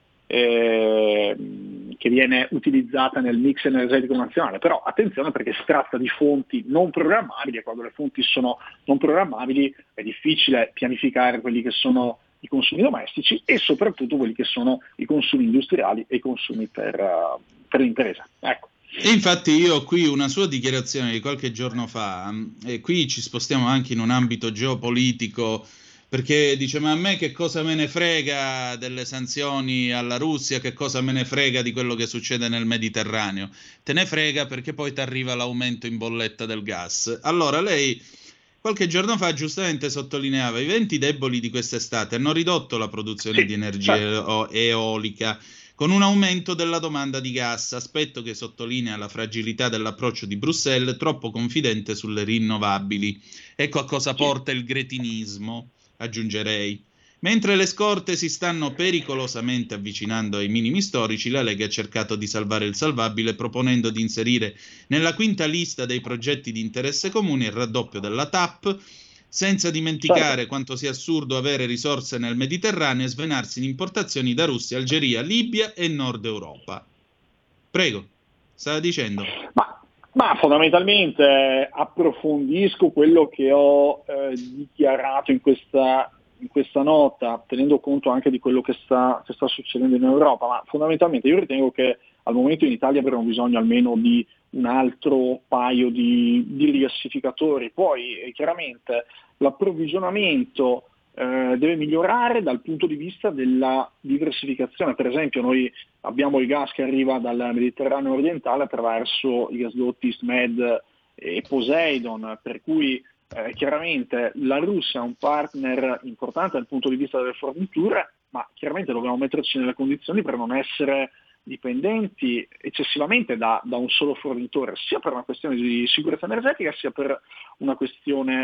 eh, che viene utilizzata nel mix energetico nazionale. Però attenzione, perché si tratta di fonti non programmabili, e quando le fonti sono non programmabili è difficile pianificare quelli che sono i consumi domestici e soprattutto quelli che sono i consumi industriali e i consumi per, uh, per l'impresa. Ecco. E infatti io ho qui una sua dichiarazione di qualche giorno fa, e qui ci spostiamo anche in un ambito geopolitico, perché dice: ma a me che cosa me ne frega delle sanzioni alla Russia, che cosa me ne frega di quello che succede nel Mediterraneo? Te ne frega perché poi ti arriva l'aumento in bolletta del gas. Allora lei qualche giorno fa giustamente sottolineava: i venti deboli di quest'estate hanno ridotto la produzione sì, di energia certo. eolica, con un aumento della domanda di gas, aspetto che sottolinea la fragilità dell'approccio di Bruxelles, troppo confidente sulle rinnovabili. Ecco a cosa porta il gretinismo, aggiungerei. Mentre le scorte si stanno pericolosamente avvicinando ai minimi storici, la Lega ha cercato di salvare il salvabile, proponendo di inserire nella quinta lista dei progetti di interesse comune il raddoppio della T A P, senza dimenticare certo. quanto sia assurdo avere risorse nel Mediterraneo e svenarsi in importazioni da Russia, Algeria, Libia e Nord Europa. Prego, stava dicendo. Ma, ma fondamentalmente approfondisco quello che ho eh, dichiarato in questa, in questa nota, tenendo conto anche di quello che sta, che sta succedendo in Europa, ma fondamentalmente io ritengo che al momento in Italia avremo bisogno almeno di un altro paio di, di rigassificatori. Poi eh, chiaramente l'approvvigionamento eh, deve migliorare dal punto di vista della diversificazione. Per esempio noi abbiamo il gas che arriva dal Mediterraneo orientale attraverso i gasdotti EastMed e Poseidon, per cui eh, chiaramente la Russia è un partner importante dal punto di vista delle forniture, ma chiaramente dobbiamo metterci nelle condizioni per non essere dipendenti eccessivamente da, da un solo fornitore, sia per una questione di sicurezza energetica sia per una questione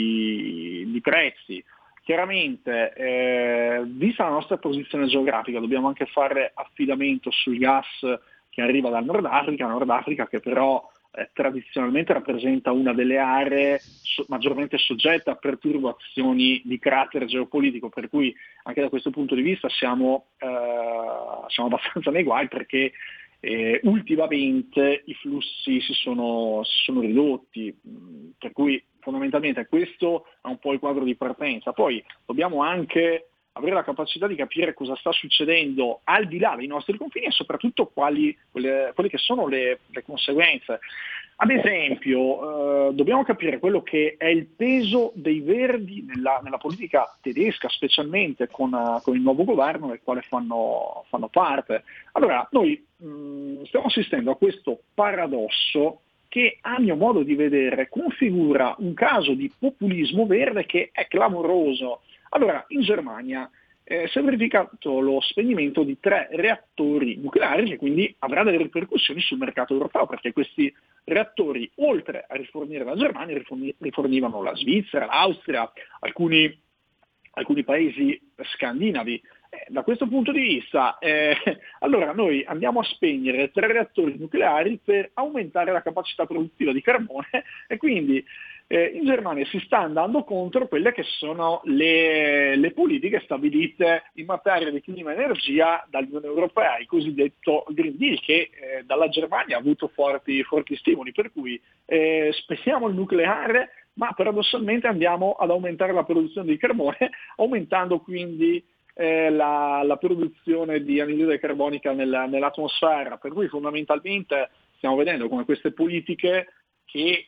di, di prezzi. Chiaramente, eh, vista la nostra posizione geografica, dobbiamo anche fare affidamento sul gas che arriva dal Nord Africa, Nord Africa che però eh, tradizionalmente rappresenta una delle aree so- maggiormente soggette a perturbazioni di carattere geopolitico, per cui anche da questo punto di vista siamo, eh, siamo abbastanza nei guai, perché eh, ultimamente i flussi si sono, si sono ridotti, per cui fondamentalmente questo è un po' il quadro di partenza. Poi dobbiamo anche avere la capacità di capire cosa sta succedendo al di là dei nostri confini e soprattutto quali, quelle, quelle che sono le, le conseguenze. Ad esempio, eh, dobbiamo capire quello che è il peso dei Verdi nella, nella politica tedesca, specialmente con, uh, con il nuovo governo del quale fanno, fanno parte. Allora, noi mh, stiamo assistendo a questo paradosso che, a mio modo di vedere, configura un caso di populismo verde che è clamoroso. Allora, in Germania eh, si è verificato lo spegnimento di tre reattori nucleari, che quindi avrà delle ripercussioni sul mercato europeo, perché questi reattori, oltre a rifornire la Germania, riforni- rifornivano la Svizzera, l'Austria, alcuni, alcuni paesi scandinavi. Eh, da questo punto di vista, eh, allora noi andiamo a spegnere tre reattori nucleari per aumentare la capacità produttiva di carbone e quindi Eh, in Germania si sta andando contro quelle che sono le, le politiche stabilite in materia di clima e energia dall'Unione Europea, il cosiddetto Green Deal, che eh, dalla Germania ha avuto forti, forti stimoli, per cui eh, spegniamo il nucleare, ma paradossalmente andiamo ad aumentare la produzione di carbone, aumentando quindi eh, la, la produzione di anidride carbonica nella, nell'atmosfera, per cui fondamentalmente stiamo vedendo come queste politiche che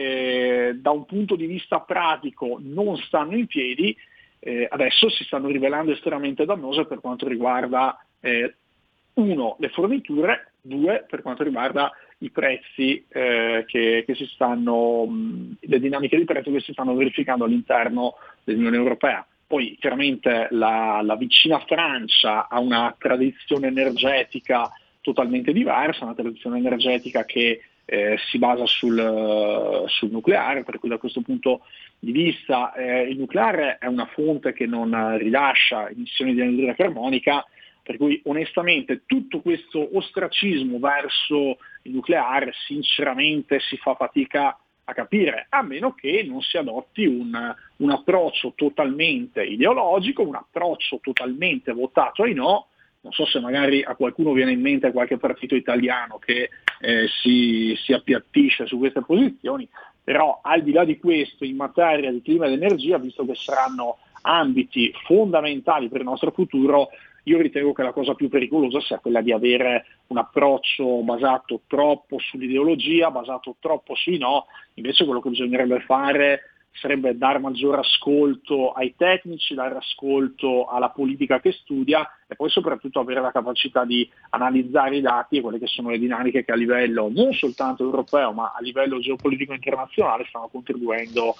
eh, da un punto di vista pratico non stanno in piedi, eh, adesso si stanno rivelando estremamente dannose per quanto riguarda eh, uno, le forniture, due, per quanto riguarda i prezzi eh, che, che si stanno, mh, le dinamiche di prezzo che si stanno verificando all'interno dell'Unione Europea. Poi chiaramente la, la vicina Francia ha una tradizione energetica totalmente diversa, una tradizione energetica che Eh, si basa sul, uh, sul nucleare, per cui da questo punto di vista eh, il nucleare è una fonte che non rilascia emissioni di anidride carbonica, Per cui onestamente tutto questo ostracismo verso il nucleare sinceramente si fa fatica a capire, a meno che non si adotti un, un approccio totalmente ideologico, un approccio totalmente votato ai no. Non so se magari a qualcuno viene in mente qualche partito italiano che eh, si, si appiattisce su queste posizioni, però al di là di questo, in materia di clima ed energia, visto che saranno ambiti fondamentali per il nostro futuro, io ritengo che la cosa più pericolosa sia quella di avere un approccio basato troppo sull'ideologia, basato troppo sui no. Invece quello che bisognerebbe fare sarebbe dare maggiore ascolto ai tecnici, dare ascolto alla politica che studia e poi soprattutto avere la capacità di analizzare i dati e quelle che sono le dinamiche che a livello non soltanto europeo ma a livello geopolitico internazionale stanno contribuendo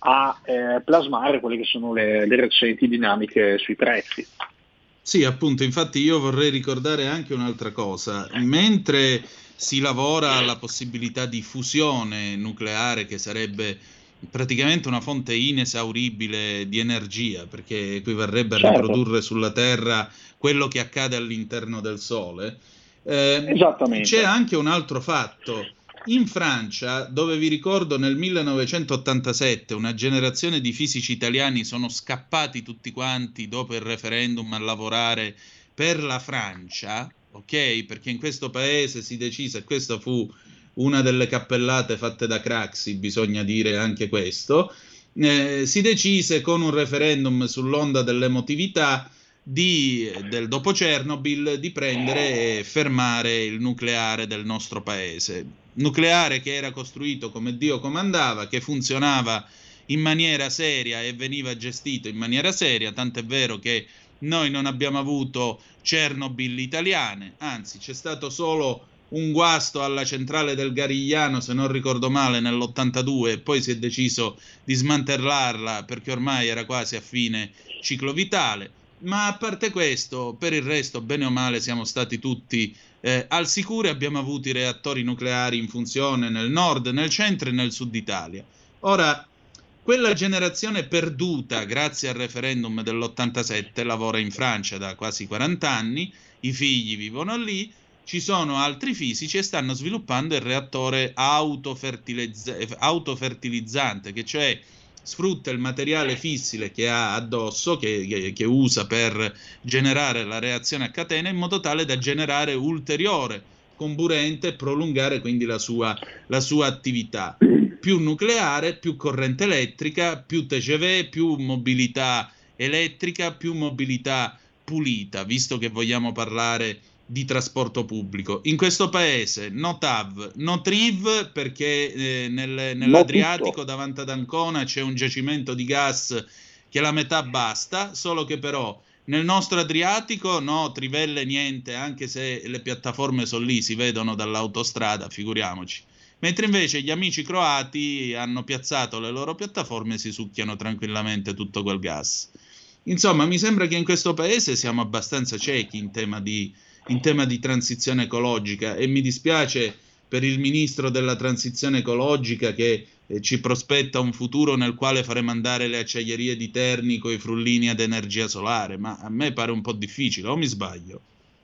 a eh, plasmare quelle che sono le, le recenti dinamiche sui prezzi. Sì, appunto, infatti io vorrei ricordare anche un'altra cosa. Mentre si lavora alla possibilità di fusione nucleare, che sarebbe praticamente una fonte inesauribile di energia, perché equivarrebbe a certo. riprodurre sulla Terra quello che accade all'interno del Sole, eh, Esattamente. c'è anche un altro fatto. In Francia, dove vi ricordo nel millenovecentottantasette una generazione di fisici italiani sono scappati tutti quanti dopo il referendum a lavorare per la Francia, ok? Perché in questo paese si decise, e questa fu una delle cappellate fatte da Craxi, bisogna dire anche questo, eh, si decise con un referendum sull'onda dell'emotività di, del dopo Chernobyl di prendere e fermare il nucleare del nostro paese. Nucleare che era costruito come Dio comandava, che funzionava in maniera seria e veniva gestito in maniera seria, tant'è vero che noi non abbiamo avuto Chernobyl italiane, anzi c'è stato solo un guasto alla centrale del Garigliano, se non ricordo male, nell'ottantadue, e poi si è deciso di smantellarla perché ormai era quasi a fine ciclo vitale. Ma a parte questo, per il resto, bene o male, siamo stati tutti eh, al sicuro e abbiamo avuto i reattori nucleari in funzione nel nord, nel centro e nel sud Italia. Ora, quella generazione perduta grazie al referendum dell'ottantasette lavora in Francia da quasi quaranta anni, i figli vivono lì, ci sono altri fisici e stanno sviluppando il reattore autofertilizz- autofertilizzante, che cioè sfrutta il materiale fissile che ha addosso, che, che, che usa per generare la reazione a catena, in modo tale da generare ulteriore comburente e prolungare quindi la sua, la sua attività. Più nucleare, più corrente elettrica, più T G V, più mobilità elettrica, più mobilità pulita, visto che vogliamo parlare di trasporto pubblico. In questo paese no T A V, no T R I V, perché eh, nel, nell'Adriatico davanti ad Ancona c'è un giacimento di gas che la metà basta, solo che però nel nostro Adriatico no trivelle niente, anche se le piattaforme sono lì, si vedono dall'autostrada, figuriamoci. Mentre invece gli amici croati hanno piazzato le loro piattaforme e si succhiano tranquillamente tutto quel gas. Insomma, mi sembra che in questo paese siamo abbastanza ciechi in tema di in tema di transizione ecologica, e mi dispiace per il ministro della transizione ecologica che eh, ci prospetta un futuro nel quale faremo andare le acciaierie di Terni con i frullini ad energia solare, ma a me pare un po' difficile, o mi sbaglio?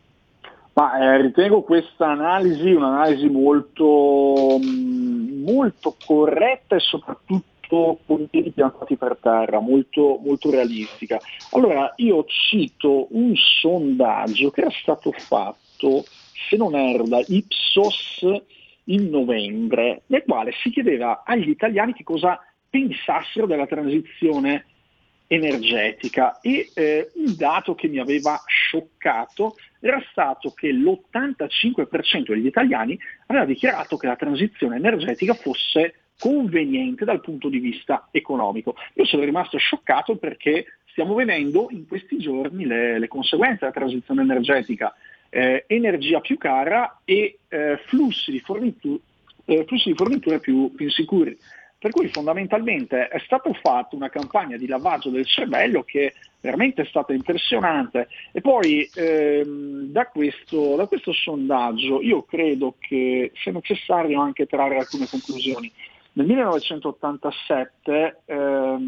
Ma eh, ritengo questa analisi un'analisi molto, molto corretta e soprattutto con i piedi piantati per terra, molto, molto realistica. Allora, io cito un sondaggio che era stato fatto, se non erro, da Ipsos in novembre, nel quale si chiedeva agli italiani che cosa pensassero della transizione energetica, e eh, un dato che mi aveva scioccato era stato che l'ottantacinque per cento degli italiani aveva dichiarato che la transizione energetica fosse conveniente dal punto di vista economico. Io sono rimasto scioccato perché stiamo vedendo in questi giorni le, le conseguenze della transizione energetica, eh, energia più cara e eh, flussi di fornitura, eh, flussi di fornitura più, più insicuri. Per cui fondamentalmente è stata fatta una campagna di lavaggio del cervello che veramente è stata impressionante. E poi ehm, da, questo, da questo sondaggio io credo che sia necessario anche trarre alcune conclusioni. Nel millenovecentottantasette, ehm, quando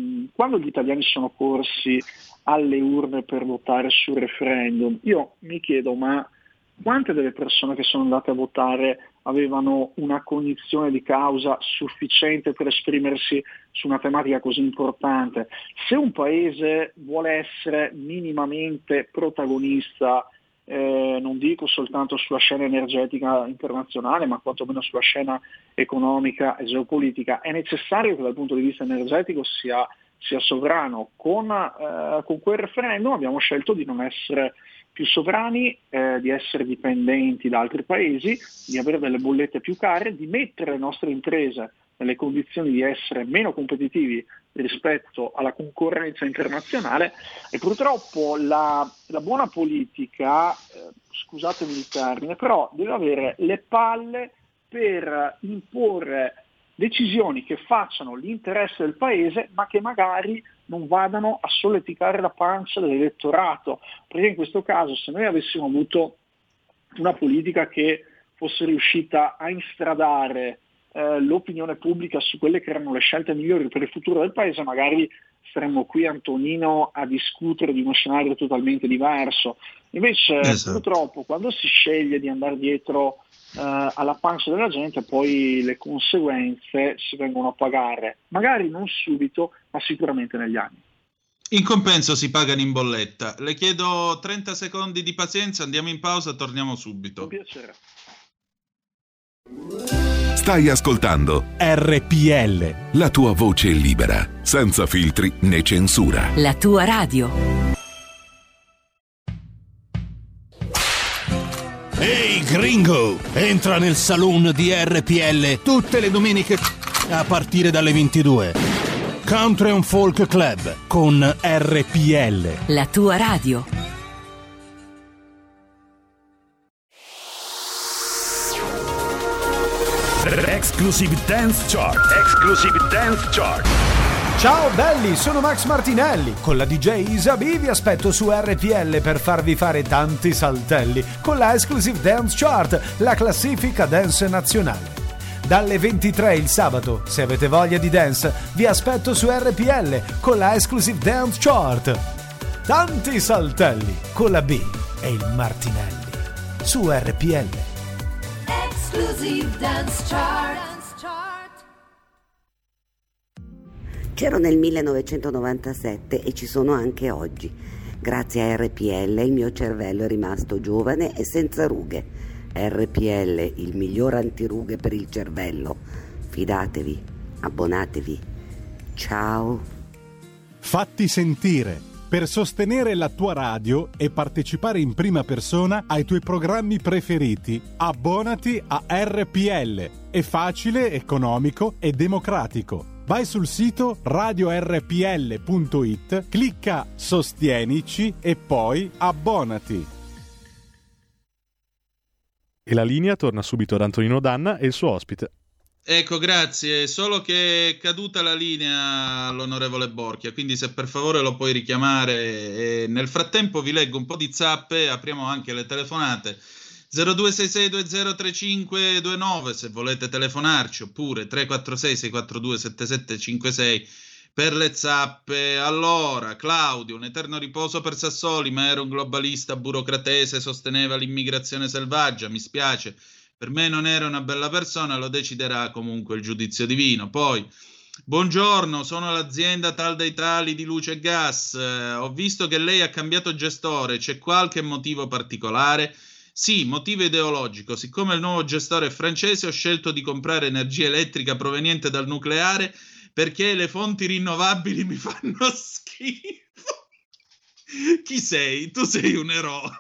quando gli italiani sono corsi alle urne per votare sul referendum, io mi chiedo, ma quante delle persone che sono andate a votare avevano una cognizione di causa sufficiente per esprimersi su una tematica così importante? Se un paese vuole essere minimamente protagonista, eh, non dico soltanto sulla scena energetica internazionale, ma quantomeno sulla scena economica e geopolitica, è necessario che dal punto di vista energetico sia, sia sovrano. Con, eh, con quel referendum abbiamo scelto di non essere più sovrani, eh, di essere dipendenti da altri paesi, di avere delle bollette più care, di mettere le nostre imprese nelle condizioni di essere meno competitivi rispetto alla concorrenza internazionale, e purtroppo la, la buona politica, eh, scusatemi il termine, però deve avere le palle per imporre decisioni che facciano l'interesse del paese, ma che magari non vadano a solleticare la pancia dell'elettorato, perché in questo caso, se noi avessimo avuto una politica che fosse riuscita a instradare eh, l'opinione pubblica su quelle che erano le scelte migliori per il futuro del paese, magari saremmo qui, Antonino, a discutere di uno scenario totalmente diverso. Invece esatto. Purtroppo quando si sceglie di andare dietro Uh, alla pancia della gente, poi le conseguenze si vengono a pagare, magari non subito, ma sicuramente negli anni. In compenso si pagano in bolletta. Le chiedo trenta secondi di pazienza, andiamo in pausa, torniamo subito. Con piacere. Stai ascoltando R P L, la tua voce libera, senza filtri né censura. La tua radio. Ehi gringo, entra nel saloon di R P L tutte le domeniche a partire dalle ventidue. Country and Folk Club con R P L, la tua radio. Exclusive Dance Chart. Exclusive Dance Chart. Ciao belli, sono Max Martinelli. Con la D J Isa B vi aspetto su R P L per farvi fare tanti saltelli con la Exclusive Dance Chart, la classifica dance nazionale. Dalle ventitré il sabato, se avete voglia di dance, vi aspetto su R P L con la Exclusive Dance Chart. Tanti saltelli con la B e il Martinelli su R P L. Exclusive Dance Chart. C'ero nel millenovecentonovantasette e ci sono anche oggi. Grazie a R P L il mio cervello è rimasto giovane e senza rughe. R P L, il miglior antirughe per il cervello. Fidatevi, abbonatevi. Ciao. Fatti sentire. Per sostenere la tua radio e partecipare in prima persona ai tuoi programmi preferiti, abbonati a R P L. È facile, economico e democratico. Vai sul sito radio r p l punto i t, clicca Sostienici e poi abbonati. E la linea torna subito ad Antonino Danna e il suo ospite. Ecco, grazie. Solo che è caduta la linea all'onorevole Borchia, quindi se per favore lo puoi richiamare. E nel frattempo vi leggo un po' di zappe, apriamo anche le telefonate. zero due sei sei due zero tre cinque due nove se volete telefonarci, oppure tre quattro sei sei quattro due sette sette cinque sei per le zappe. Allora, Claudio, un eterno riposo per Sassoli, ma era un globalista burocratese, sosteneva l'immigrazione selvaggia, mi spiace, per me non era una bella persona, lo deciderà comunque il giudizio divino. Poi, buongiorno, sono l'azienda tal dei tali di luce e gas, eh, ho visto che lei ha cambiato gestore, c'è qualche motivo particolare? Sì, motivo ideologico. Siccome il nuovo gestore è francese, ho scelto di comprare energia elettrica proveniente dal nucleare perché le fonti rinnovabili mi fanno schifo. Chi sei? Tu sei un eroe.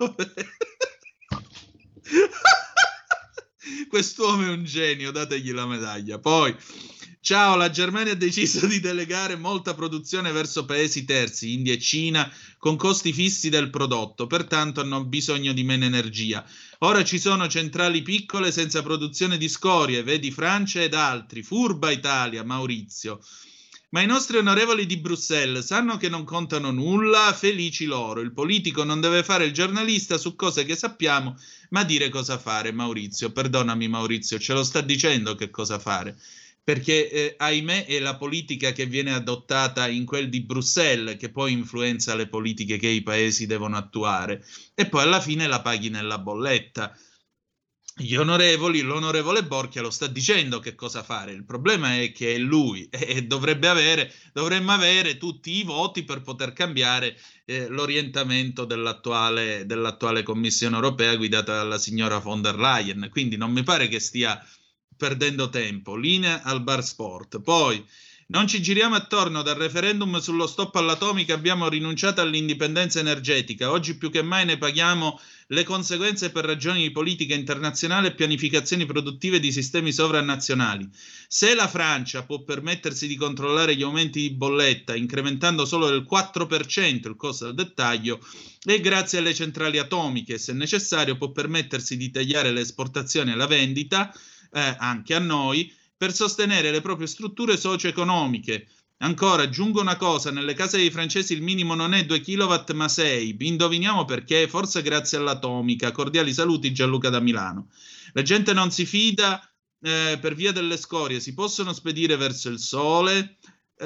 Quest'uomo è un genio, dategli la medaglia. Poi, ciao, la Germania ha deciso di delegare molta produzione verso paesi terzi, India e Cina, con costi fissi del prodotto, pertanto hanno bisogno di meno energia. Ora ci sono centrali piccole senza produzione di scorie, vedi Francia ed altri. Furba Italia, Maurizio. Ma i nostri onorevoli di Bruxelles sanno che non contano nulla, felici loro. Il politico non deve fare il giornalista su cose che sappiamo, ma dire cosa fare, Maurizio. Perdonami, Maurizio, ce lo sta dicendo che cosa fare. perché eh, ahimè è la politica che viene adottata in quel di Bruxelles che poi influenza le politiche che i paesi devono attuare e poi alla fine la paghi nella bolletta. Gli onorevoli, l'onorevole Borchia lo sta dicendo che cosa fare, il problema è che è lui e dovrebbe avere, dovremmo avere tutti i voti per poter cambiare eh, l'orientamento dell'attuale, dell'attuale Commissione europea guidata dalla signora von der Leyen, quindi non mi pare che stia perdendo tempo. Linea al bar sport. Poi non ci giriamo attorno, dal referendum sullo stop all'atomica abbiamo rinunciato all'indipendenza energetica, oggi più che mai ne paghiamo le conseguenze per ragioni di politica internazionale e pianificazioni produttive di sistemi sovranazionali. Se la Francia può permettersi di controllare gli aumenti di bolletta incrementando solo del quattro per cento il costo del dettaglio, è grazie alle centrali atomiche, se necessario può permettersi di tagliare le esportazioni e la vendita eh, anche a noi, per sostenere le proprie strutture socio-economiche. Ancora, aggiungo una cosa, nelle case dei francesi il minimo non è due chilowatt ma sei, indoviniamo perché, forse grazie all'atomica. Cordiali saluti, Gianluca da Milano. La gente non si fida eh, per via delle scorie, si possono spedire verso il sole.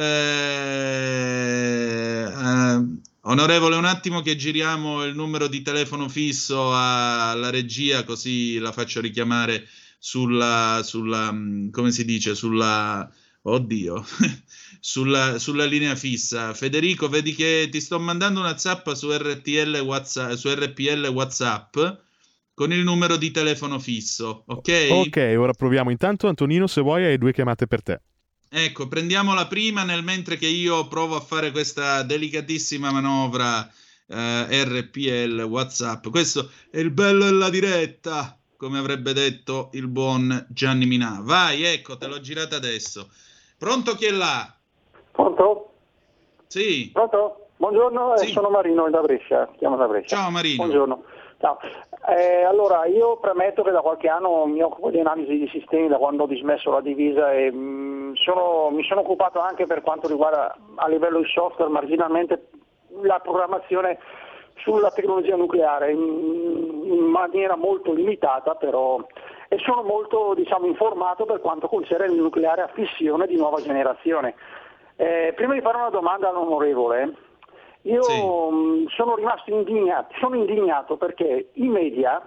Eh, eh, onorevole, un attimo che giriamo il numero di telefono fisso alla regia, così la faccio richiamare sulla, sulla come si dice, sulla, oddio, sulla, sulla linea fissa. Federico, vedi che ti sto mandando una zappa su R T L WhatsApp, su R P L WhatsApp con il numero di telefono fisso, ok? Ok, ora proviamo. Intanto, Antonino, se vuoi, hai due chiamate per te. Ecco, prendiamo la prima nel mentre che io provo a fare questa delicatissima manovra eh, R P L WhatsApp. Questo è il bello della diretta, come avrebbe detto il buon Gianni Minà. Vai, ecco, te l'ho girata adesso. Pronto, chi è là? Pronto? Sì. Pronto? Buongiorno, sì. eh, sono Marino da Brescia, chiamo da Brescia. Ciao Marino. Buongiorno. Ciao. Eh, allora, io premetto che da qualche anno mi occupo di analisi di sistemi da quando ho dismesso la divisa e mh, sono, mi sono occupato anche per quanto riguarda a livello di software marginalmente la programmazione sulla tecnologia nucleare in, in maniera molto limitata, però, e sono molto, diciamo, informato per quanto concerne il nucleare a fissione di nuova generazione. Eh, prima di fare una domanda all'onorevole, io sì. mh, sono rimasto indignato, sono indignato perché i media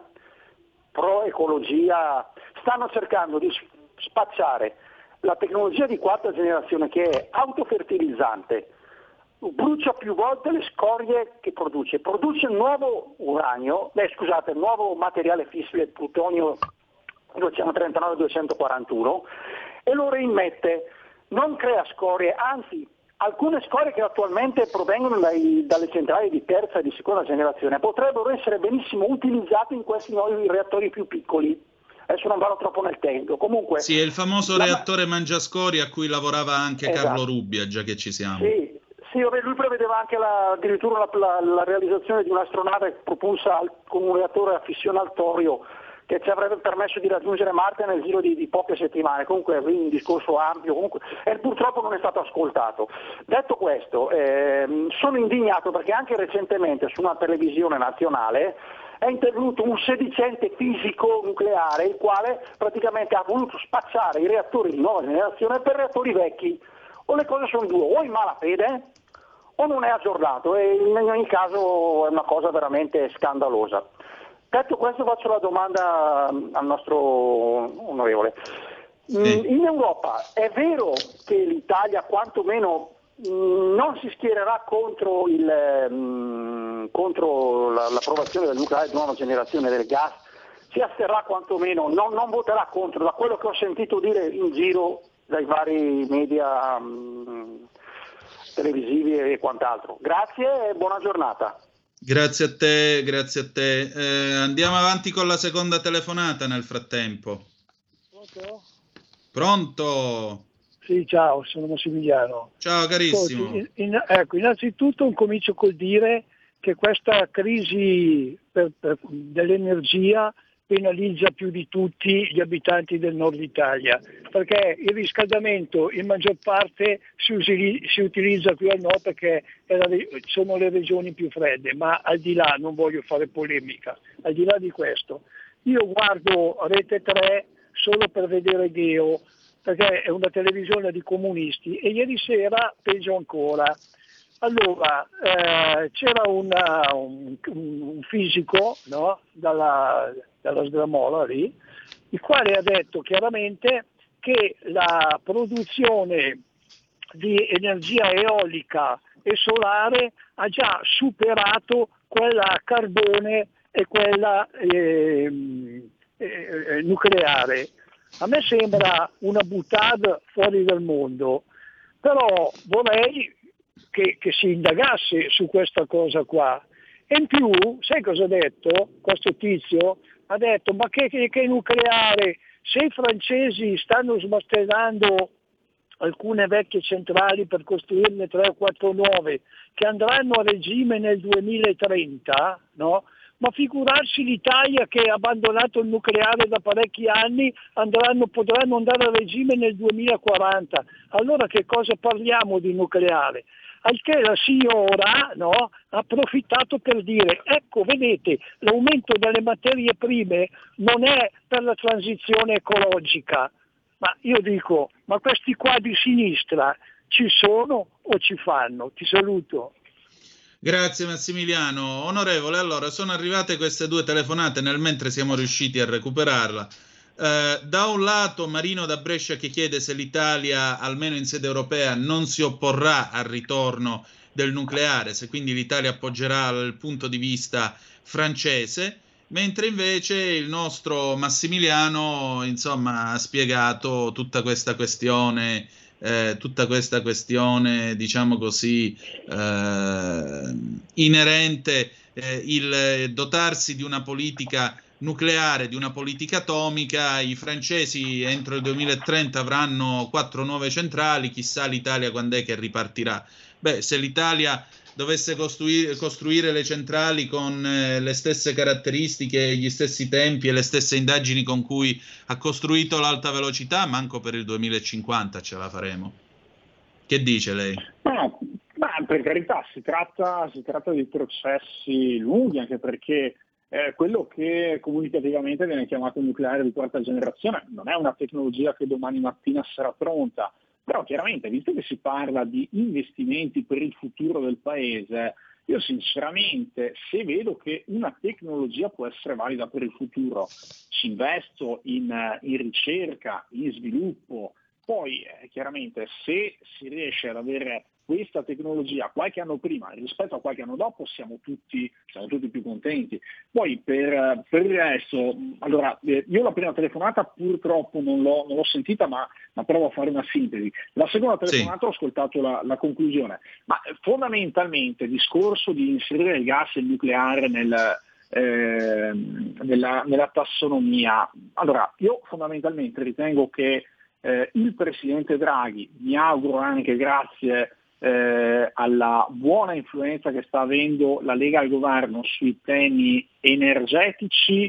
pro ecologia stanno cercando di spacciare la tecnologia di quarta generazione, che è autofertilizzante, brucia più volte le scorie che produce, produce nuovo uranio, beh scusate, nuovo materiale fissile, plutonio duecentotrentanove duecentoquarantuno, e lo reimmette, non crea scorie, anzi alcune scorie che attualmente provengono dai, dalle centrali di terza e di seconda generazione potrebbero essere benissimo utilizzate in questi nuovi reattori più piccoli. Adesso non vado troppo nel tempo. Comunque, sì, è il famoso la... reattore mangiascorie a cui lavorava anche esatto. Carlo Rubbia, già che ci siamo. Sì, sì, lui prevedeva anche la, addirittura la, la, la realizzazione di un'astronave propulsa al, con un reattore a fissione al torio che ci avrebbe permesso di raggiungere Marte nel giro di, di poche settimane. Comunque è un discorso ampio, comunque, e purtroppo non è stato ascoltato. Detto questo, eh, sono indignato perché anche recentemente su una televisione nazionale è intervenuto un sedicente fisico nucleare, il quale praticamente ha voluto spacciare i reattori di nuova generazione per reattori vecchi. O le cose sono due, o in malafede o non è aggiornato, e in ogni caso è una cosa veramente scandalosa. Detto questo, faccio la domanda al nostro onorevole. Sì. In Europa è vero che l'Italia quantomeno non si schiererà contro, il, mh, contro la, l'approvazione del nucleare di nuova generazione del gas, si asterrà quantomeno, non, non voterà contro, da quello che ho sentito dire in giro dai vari media mh, televisivi e quant'altro. Grazie e buona giornata. Grazie a te, grazie a te. Eh, andiamo avanti con la seconda telefonata nel frattempo. Pronto? Pronto? Sì, ciao, sono Massimiliano. Ciao carissimo. In, in, ecco, innanzitutto incomincio col dire che questa crisi per, per, dell'energia penalizza più di tutti gli abitanti del nord Italia, perché il riscaldamento in maggior parte si, usi, si utilizza qui al nord perché è la, sono le regioni più fredde, ma al di là, non voglio fare polemica, al di là di questo, io guardo Rete tre solo per vedere Geo, perché è una televisione di comunisti, e ieri sera peggio ancora. Allora, eh, c'era una, un, un fisico, no? dalla, dalla Sgramola lì, il quale ha detto chiaramente che la produzione di energia eolica e solare ha già superato quella a carbone e quella eh, eh, nucleare. A me sembra una buttata fuori dal mondo, però vorrei che, che si indagasse su questa cosa qua. E in più, sai cosa ha detto questo tizio? Ha detto, ma che, che, che nucleare? Se i francesi stanno smasternando alcune vecchie centrali per costruirne tre o quattro nuove che andranno a regime nel duemilatrenta, no? Ma figurarsi l'Italia, che ha abbandonato il nucleare da parecchi anni, andranno, potranno andare a regime nel duemilaquaranta. Allora che cosa parliamo di nucleare? Al che la signora, no, ha approfittato per dire, ecco, vedete, l'aumento delle materie prime non è per la transizione ecologica. Ma io dico, ma questi qua di sinistra ci sono o ci fanno? Ti saluto. Grazie Massimiliano. Onorevole, allora sono arrivate queste due telefonate nel mentre siamo riusciti a recuperarla. Eh, da un lato Marino da Brescia che chiede se l'Italia, almeno in sede europea, non si opporrà al ritorno del nucleare, se quindi l'Italia appoggerà il punto di vista francese, mentre invece il nostro Massimiliano, insomma, ha spiegato tutta questa questione Eh, tutta questa questione, diciamo così, eh, inerente eh, il dotarsi di una politica nucleare, di una politica atomica. I francesi entro il duemilatrenta avranno quattro nuove centrali, chissà l'Italia quando è che ripartirà. Beh, se l'Italia dovesse costruire, costruire le centrali con eh, le stesse caratteristiche, gli stessi tempi e le stesse indagini con cui ha costruito l'alta velocità, manco per il duemilacinquanta ce la faremo. Che dice lei? No, ma per carità, si tratta, si tratta di processi lunghi, anche perché eh, quello che comunicativamente viene chiamato nucleare di quarta generazione non è una tecnologia che domani mattina sarà pronta. Però chiaramente, visto che si parla di investimenti per il futuro del paese, io sinceramente, se vedo che una tecnologia può essere valida per il futuro, ci investo in, in ricerca, in sviluppo, poi eh, chiaramente se si riesce ad avere questa tecnologia qualche anno prima rispetto a qualche anno dopo, siamo tutti, siamo tutti più contenti. Poi per, per il resto, allora eh, io la prima telefonata purtroppo non l'ho, non l'ho sentita, ma, ma provo a fare una sintesi. La seconda telefonata sì. Ho ascoltato la, la conclusione, ma fondamentalmente il discorso di inserire il gas e il nucleare nel, eh, nella, nella tassonomia, allora io fondamentalmente ritengo che eh, il Presidente Draghi, mi auguro anche grazie Eh, alla buona influenza che sta avendo la Lega al governo sui temi energetici,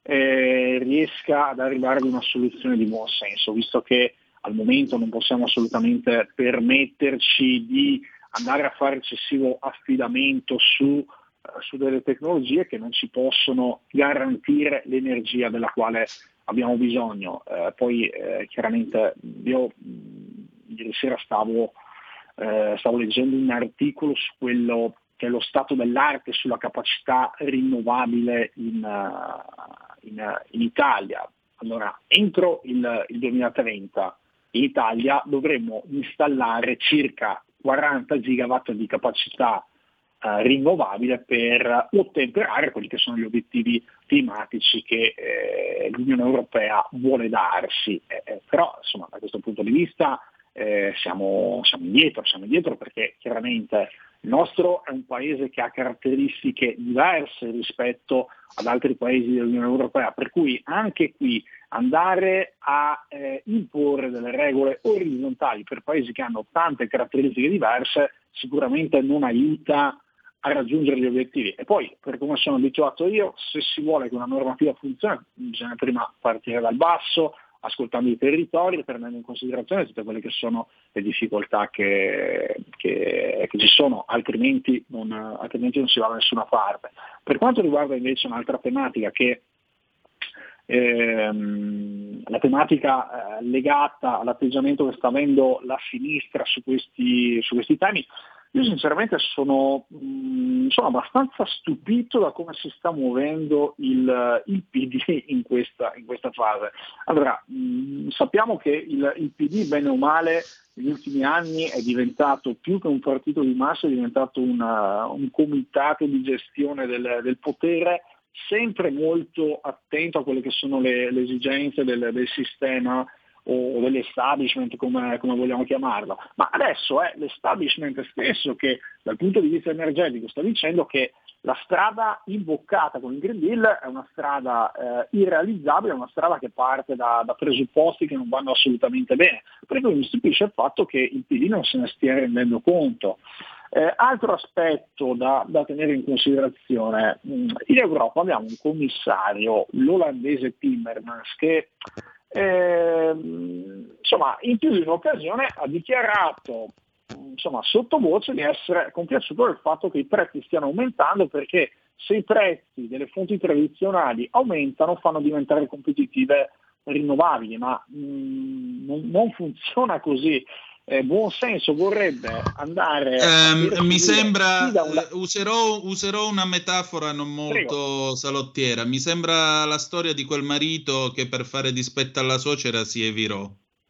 eh, riesca ad arrivare ad una soluzione di buon senso, visto che al momento non possiamo assolutamente permetterci di andare a fare eccessivo affidamento su, eh, su delle tecnologie che non ci possono garantire l'energia della quale abbiamo bisogno. Eh, poi eh, chiaramente io mh, ieri sera stavo Eh, stavo leggendo un articolo su quello che è lo stato dell'arte sulla capacità rinnovabile in, uh, in, uh, in Italia. Allora, entro il, il duemilatrenta in Italia dovremmo installare circa quaranta gigawatt di capacità uh, rinnovabile per ottemperare quelli che sono gli obiettivi climatici che eh, l'Unione Europea vuole darsi. Eh, però, insomma, da questo punto di vista Eh, siamo, siamo indietro, siamo indietro perché chiaramente il nostro è un paese che ha caratteristiche diverse rispetto ad altri paesi dell'Unione Europea, per cui anche qui andare a eh, imporre delle regole orizzontali per paesi che hanno tante caratteristiche diverse sicuramente non aiuta a raggiungere gli obiettivi. E poi, per come sono abituato io, se si vuole che una normativa funzioni bisogna prima partire dal basso, ascoltando i territori e prendendo in considerazione tutte quelle che sono le difficoltà che, che, che ci sono, altrimenti non, altrimenti non si va da nessuna parte. Per quanto riguarda invece un'altra tematica che ehm, la tematica eh, legata all'atteggiamento che sta avendo la sinistra su questi, su questi temi. Io sinceramente sono, mh, sono abbastanza stupito da come si sta muovendo il, il P D in questa, in questa fase. Allora, mh, sappiamo che il, il P D, bene o male, negli ultimi anni è diventato più che un partito di massa, è diventato una, un comitato di gestione del, del potere, sempre molto attento a quelle che sono le, le esigenze del, del sistema o dell'establishment, come, come vogliamo chiamarlo, ma adesso è l'establishment stesso che dal punto di vista energetico sta dicendo che la strada imboccata con il Green Deal è una strada eh, irrealizzabile, è una strada che parte da, da presupposti che non vanno assolutamente bene, per cui mi stupisce il fatto che il P D non se ne stia rendendo conto. Eh, altro aspetto da, da tenere in considerazione, in Europa abbiamo un commissario, l'olandese Timmermans, che Eh, insomma, in più di un'occasione ha dichiarato, insomma, sottovoce di essere compiaciuto del fatto che i prezzi stiano aumentando, perché se i prezzi delle fonti tradizionali aumentano fanno diventare competitive rinnovabili, ma mh, non, non funziona così. Eh, buon senso vorrebbe andare eh, a mi sembra una... userò, userò una metafora non molto Prego. salottiera, mi sembra la storia di quel marito che per fare dispetto alla suocera si evirò.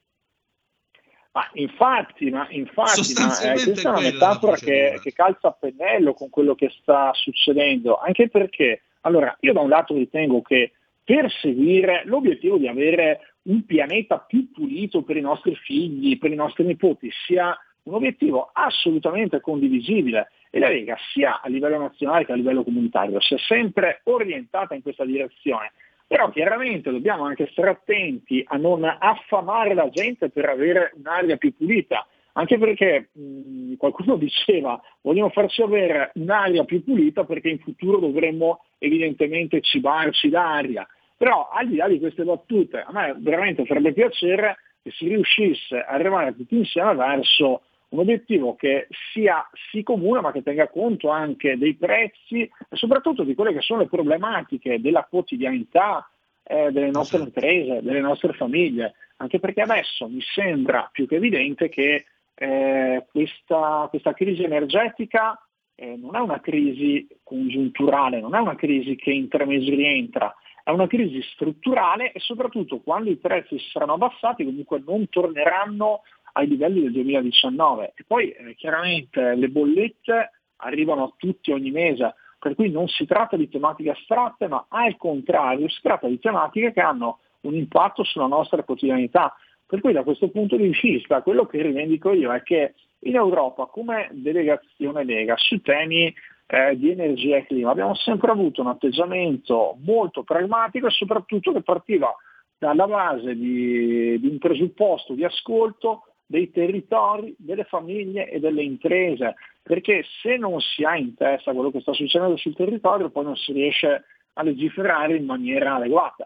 Ma infatti, ma infatti ma, eh, questa è una metafora che, che calza a pennello con quello che sta succedendo, anche perché, allora, io da un lato ritengo che perseguire l'obiettivo di avere un pianeta più pulito per i nostri figli, per i nostri nipoti, sia un obiettivo assolutamente condivisibile, e la Lega sia a livello nazionale che a livello comunitario si è sempre orientata in questa direzione. Però chiaramente dobbiamo anche stare attenti a non affamare la gente per avere un'aria più pulita, anche perché mh, qualcuno diceva vogliamo farci avere un'aria più pulita perché in futuro dovremmo evidentemente cibarci d'aria. Però al di là di queste battute, a me veramente farebbe piacere che si riuscisse a arrivare tutti insieme verso un obiettivo che sia sì comune, ma che tenga conto anche dei prezzi e soprattutto di quelle che sono le problematiche della quotidianità eh, delle nostre imprese, delle nostre famiglie, anche perché adesso mi sembra più che evidente che eh, questa, questa crisi energetica eh, non è una crisi congiunturale, non è una crisi che in tre mesi rientra, è una crisi strutturale e soprattutto quando i prezzi si saranno abbassati comunque non torneranno ai livelli del duemiladiciannove. E poi eh, chiaramente le bollette arrivano a tutti ogni mese, per cui non si tratta di tematiche astratte, ma al contrario si tratta di tematiche che hanno un impatto sulla nostra quotidianità. Per cui da questo punto di vista quello che rivendico io è che in Europa come delegazione Lega su temi Eh, di energia e clima abbiamo sempre avuto un atteggiamento molto pragmatico e soprattutto che partiva dalla base di, di un presupposto di ascolto dei territori, delle famiglie e delle imprese, perché se non si ha in testa quello che sta succedendo sul territorio poi non si riesce a legiferare in maniera adeguata.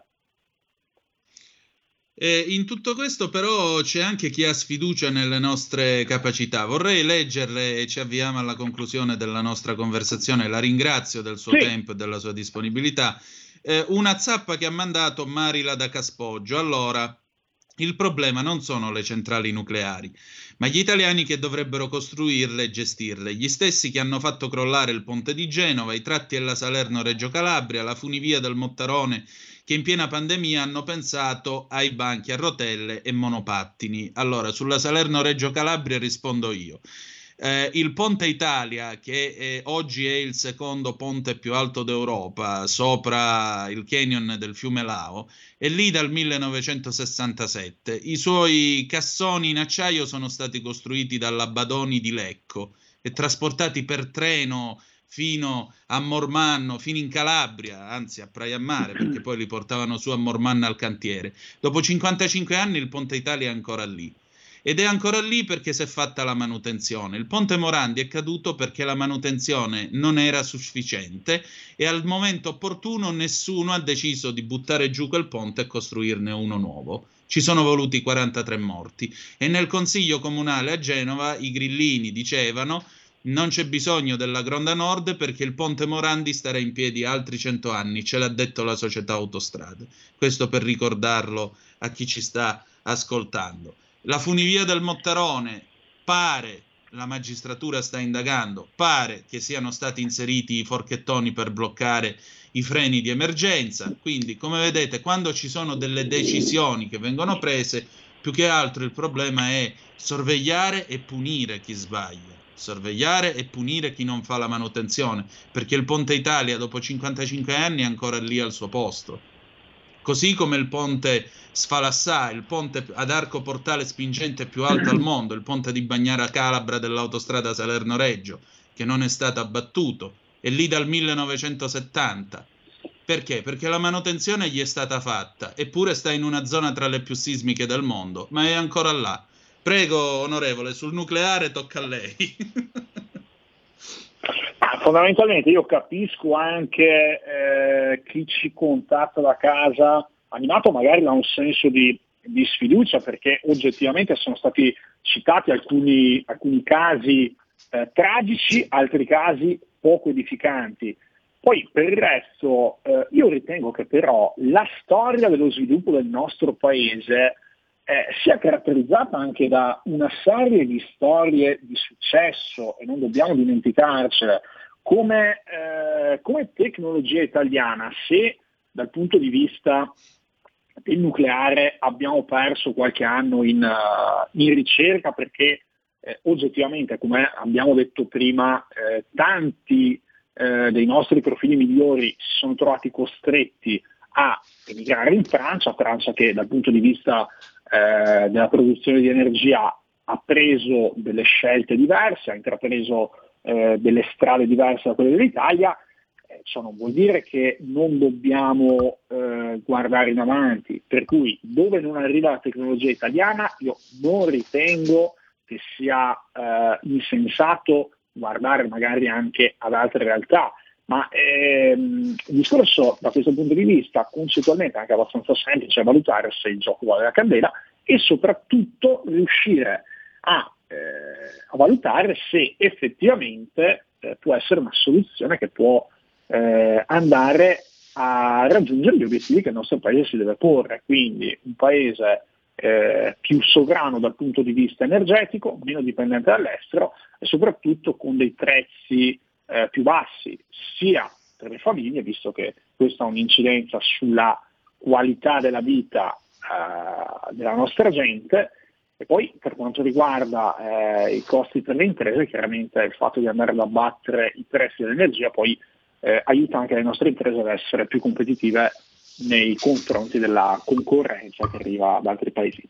Eh, in tutto questo però c'è anche chi ha sfiducia nelle nostre capacità. Vorrei leggerle e ci avviamo alla conclusione della nostra conversazione. La ringrazio del suo sì. tempo e della sua disponibilità. Eh, una zappa che ha mandato Marila da Caspoggio. Allora, il problema non sono le centrali nucleari, ma gli italiani che dovrebbero costruirle e gestirle, gli stessi che hanno fatto crollare il ponte di Genova, i tratti della Salerno-Reggio Calabria, la funivia del Mottarone, che in piena pandemia hanno pensato ai banchi a rotelle e monopattini. Allora, sulla Salerno-Reggio Calabria rispondo io. Eh, il Ponte Italia, che è, oggi è il secondo ponte più alto d'Europa, sopra il canyon del fiume Lao, è lì dal millenovecentosessantasette. I suoi cassoni in acciaio sono stati costruiti dalla Badoni di Lecco e trasportati per treno fino a Mormanno, fino in Calabria, anzi a Praia Mare, perché poi li portavano su a Mormanno al cantiere. Dopo cinquantacinque anni il Ponte Italia è ancora lì. Ed è ancora lì perché si è fatta la manutenzione. Il Ponte Morandi è caduto perché la manutenzione non era sufficiente e al momento opportuno nessuno ha deciso di buttare giù quel ponte e costruirne uno nuovo. Ci sono voluti quarantatré morti. E nel Consiglio Comunale a Genova i grillini dicevano: non c'è bisogno della Gronda Nord perché il ponte Morandi starà in piedi altri cento anni, ce l'ha detto la società Autostrade. Questo per ricordarlo a chi ci sta ascoltando. La funivia del Mottarone, pare, la magistratura sta indagando, pare che siano stati inseriti i forchettoni per bloccare i freni di emergenza, quindi come vedete quando ci sono delle decisioni che vengono prese, più che altro il problema è sorvegliare e punire chi sbaglia. Sorvegliare e punire chi non fa la manutenzione, perché il Ponte Italia dopo cinquantacinque anni è ancora lì al suo posto, così come il ponte Sfalassà, il ponte ad arco portale spingente più alto al mondo, il ponte di Bagnara Calabra dell'autostrada Salerno-Reggio, che non è stato abbattuto, è lì dal millenovecentosettanta. Perché? Perché la manutenzione gli è stata fatta, eppure sta in una zona tra le più sismiche del mondo, ma è ancora là. Prego, onorevole, sul nucleare tocca a lei. Fondamentalmente io capisco anche eh, chi ci contatta da casa, animato magari da un senso di, di sfiducia, perché oggettivamente sono stati citati alcuni, alcuni casi eh, tragici, altri casi poco edificanti. Poi per il resto eh, io ritengo che però la storia dello sviluppo del nostro paese Eh, sia caratterizzata anche da una serie di storie di successo, e non dobbiamo dimenticarcele, come, eh, come tecnologia italiana. Se dal punto di vista del nucleare abbiamo perso qualche anno in, uh, in ricerca, perché eh, oggettivamente, come abbiamo detto prima, eh, tanti eh, dei nostri profili migliori si sono trovati costretti a emigrare in Francia, Francia che dal punto di vista eh, della produzione di energia ha preso delle scelte diverse, ha intrapreso eh, delle strade diverse da quelle dell'Italia. Eh, ciò non vuol dire che non dobbiamo eh, guardare in avanti, per cui dove non arriva la tecnologia italiana io non ritengo che sia eh, insensato guardare magari anche ad altre realtà. Ma ehm, il discorso da questo punto di vista concettualmente è anche abbastanza semplice, è valutare se il gioco vale la candela e soprattutto riuscire a, eh, a valutare se effettivamente eh, può essere una soluzione che può eh, andare a raggiungere gli obiettivi che il nostro paese si deve porre, quindi un paese eh, più sovrano dal punto di vista energetico, meno dipendente dall'estero e soprattutto con dei prezzi Eh, più bassi sia per le famiglie, visto che questa ha un'incidenza sulla qualità della vita eh, della nostra gente, e poi per quanto riguarda eh, i costi per le imprese, chiaramente il fatto di andare ad abbattere i prezzi dell'energia poi eh, aiuta anche le nostre imprese ad essere più competitive nei confronti della concorrenza che arriva da altri paesi.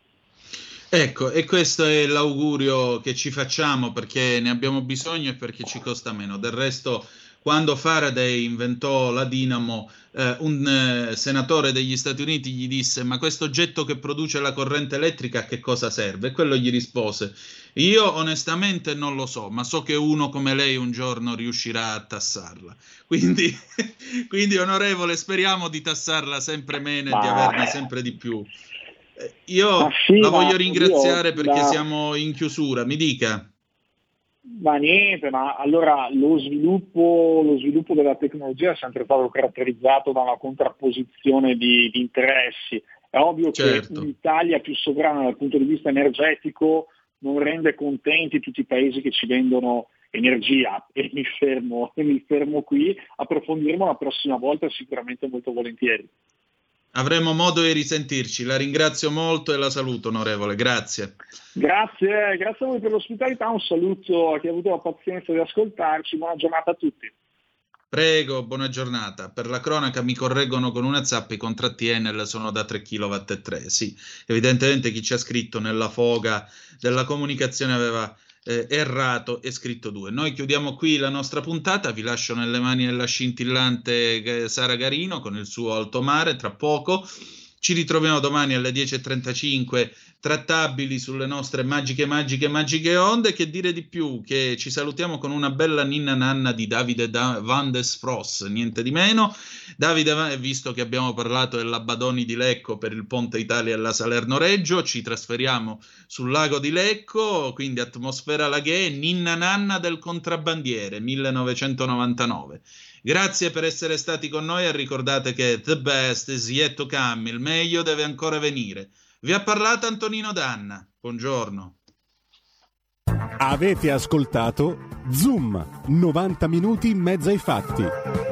Ecco, e questo è l'augurio che ci facciamo, perché ne abbiamo bisogno e perché ci costa meno. Del resto, quando Faraday inventò la dinamo, eh, un eh, senatore degli Stati Uniti gli disse: ma questo oggetto che produce la corrente elettrica a che cosa serve? E quello gli rispose: io onestamente non lo so, ma so che uno come lei un giorno riuscirà a tassarla. Quindi, quindi onorevole, speriamo di tassarla sempre meno e di averne sempre di più. Io sì, la voglio ringraziare io, perché la... siamo in chiusura, mi dica. Ma niente, ma allora lo sviluppo, lo sviluppo della tecnologia è sempre stato caratterizzato da una contrapposizione di, di interessi. È ovvio certo. che un'Italia più sovrana dal punto di vista energetico non rende contenti tutti i paesi che ci vendono energia, e mi fermo, e mi fermo qui, approfondiremo la prossima volta sicuramente molto volentieri. Avremo modo di risentirci, la ringrazio molto e la saluto, onorevole, grazie. Grazie, grazie a voi per l'ospitalità, un saluto a chi ha avuto la pazienza di ascoltarci, buona giornata a tutti. Prego, buona giornata. Per la cronaca mi correggono con una zap, i contratti Enel sono da tre virgola tre chilowatt. Sì, evidentemente chi ci ha scritto nella foga della comunicazione aveva eh, errato e scritto due. Noi chiudiamo qui la nostra puntata, vi lascio nelle mani della scintillante Sara Garino con il suo Alto Mare. Tra poco ci ritroviamo domani alle dieci e trentacinque trattabili sulle nostre magiche, magiche, magiche onde. Che dire di più? Che ci salutiamo con una bella ninna nanna di Davide da- Van des Fros, niente di meno. Davide, visto che abbiamo parlato dell'Abbadoni di Lecco per il Ponte Italia e la Salerno-Reggio, ci trasferiamo sul lago di Lecco, quindi atmosfera laghee, ninna nanna del contrabbandiere, millenovecentonovantanove. Grazie per essere stati con noi e ricordate che the best is yet to come, il meglio deve ancora venire. Vi ha parlato Antonino Danna. Buongiorno. Avete ascoltato Zoom, novanta minuti in mezzo ai fatti.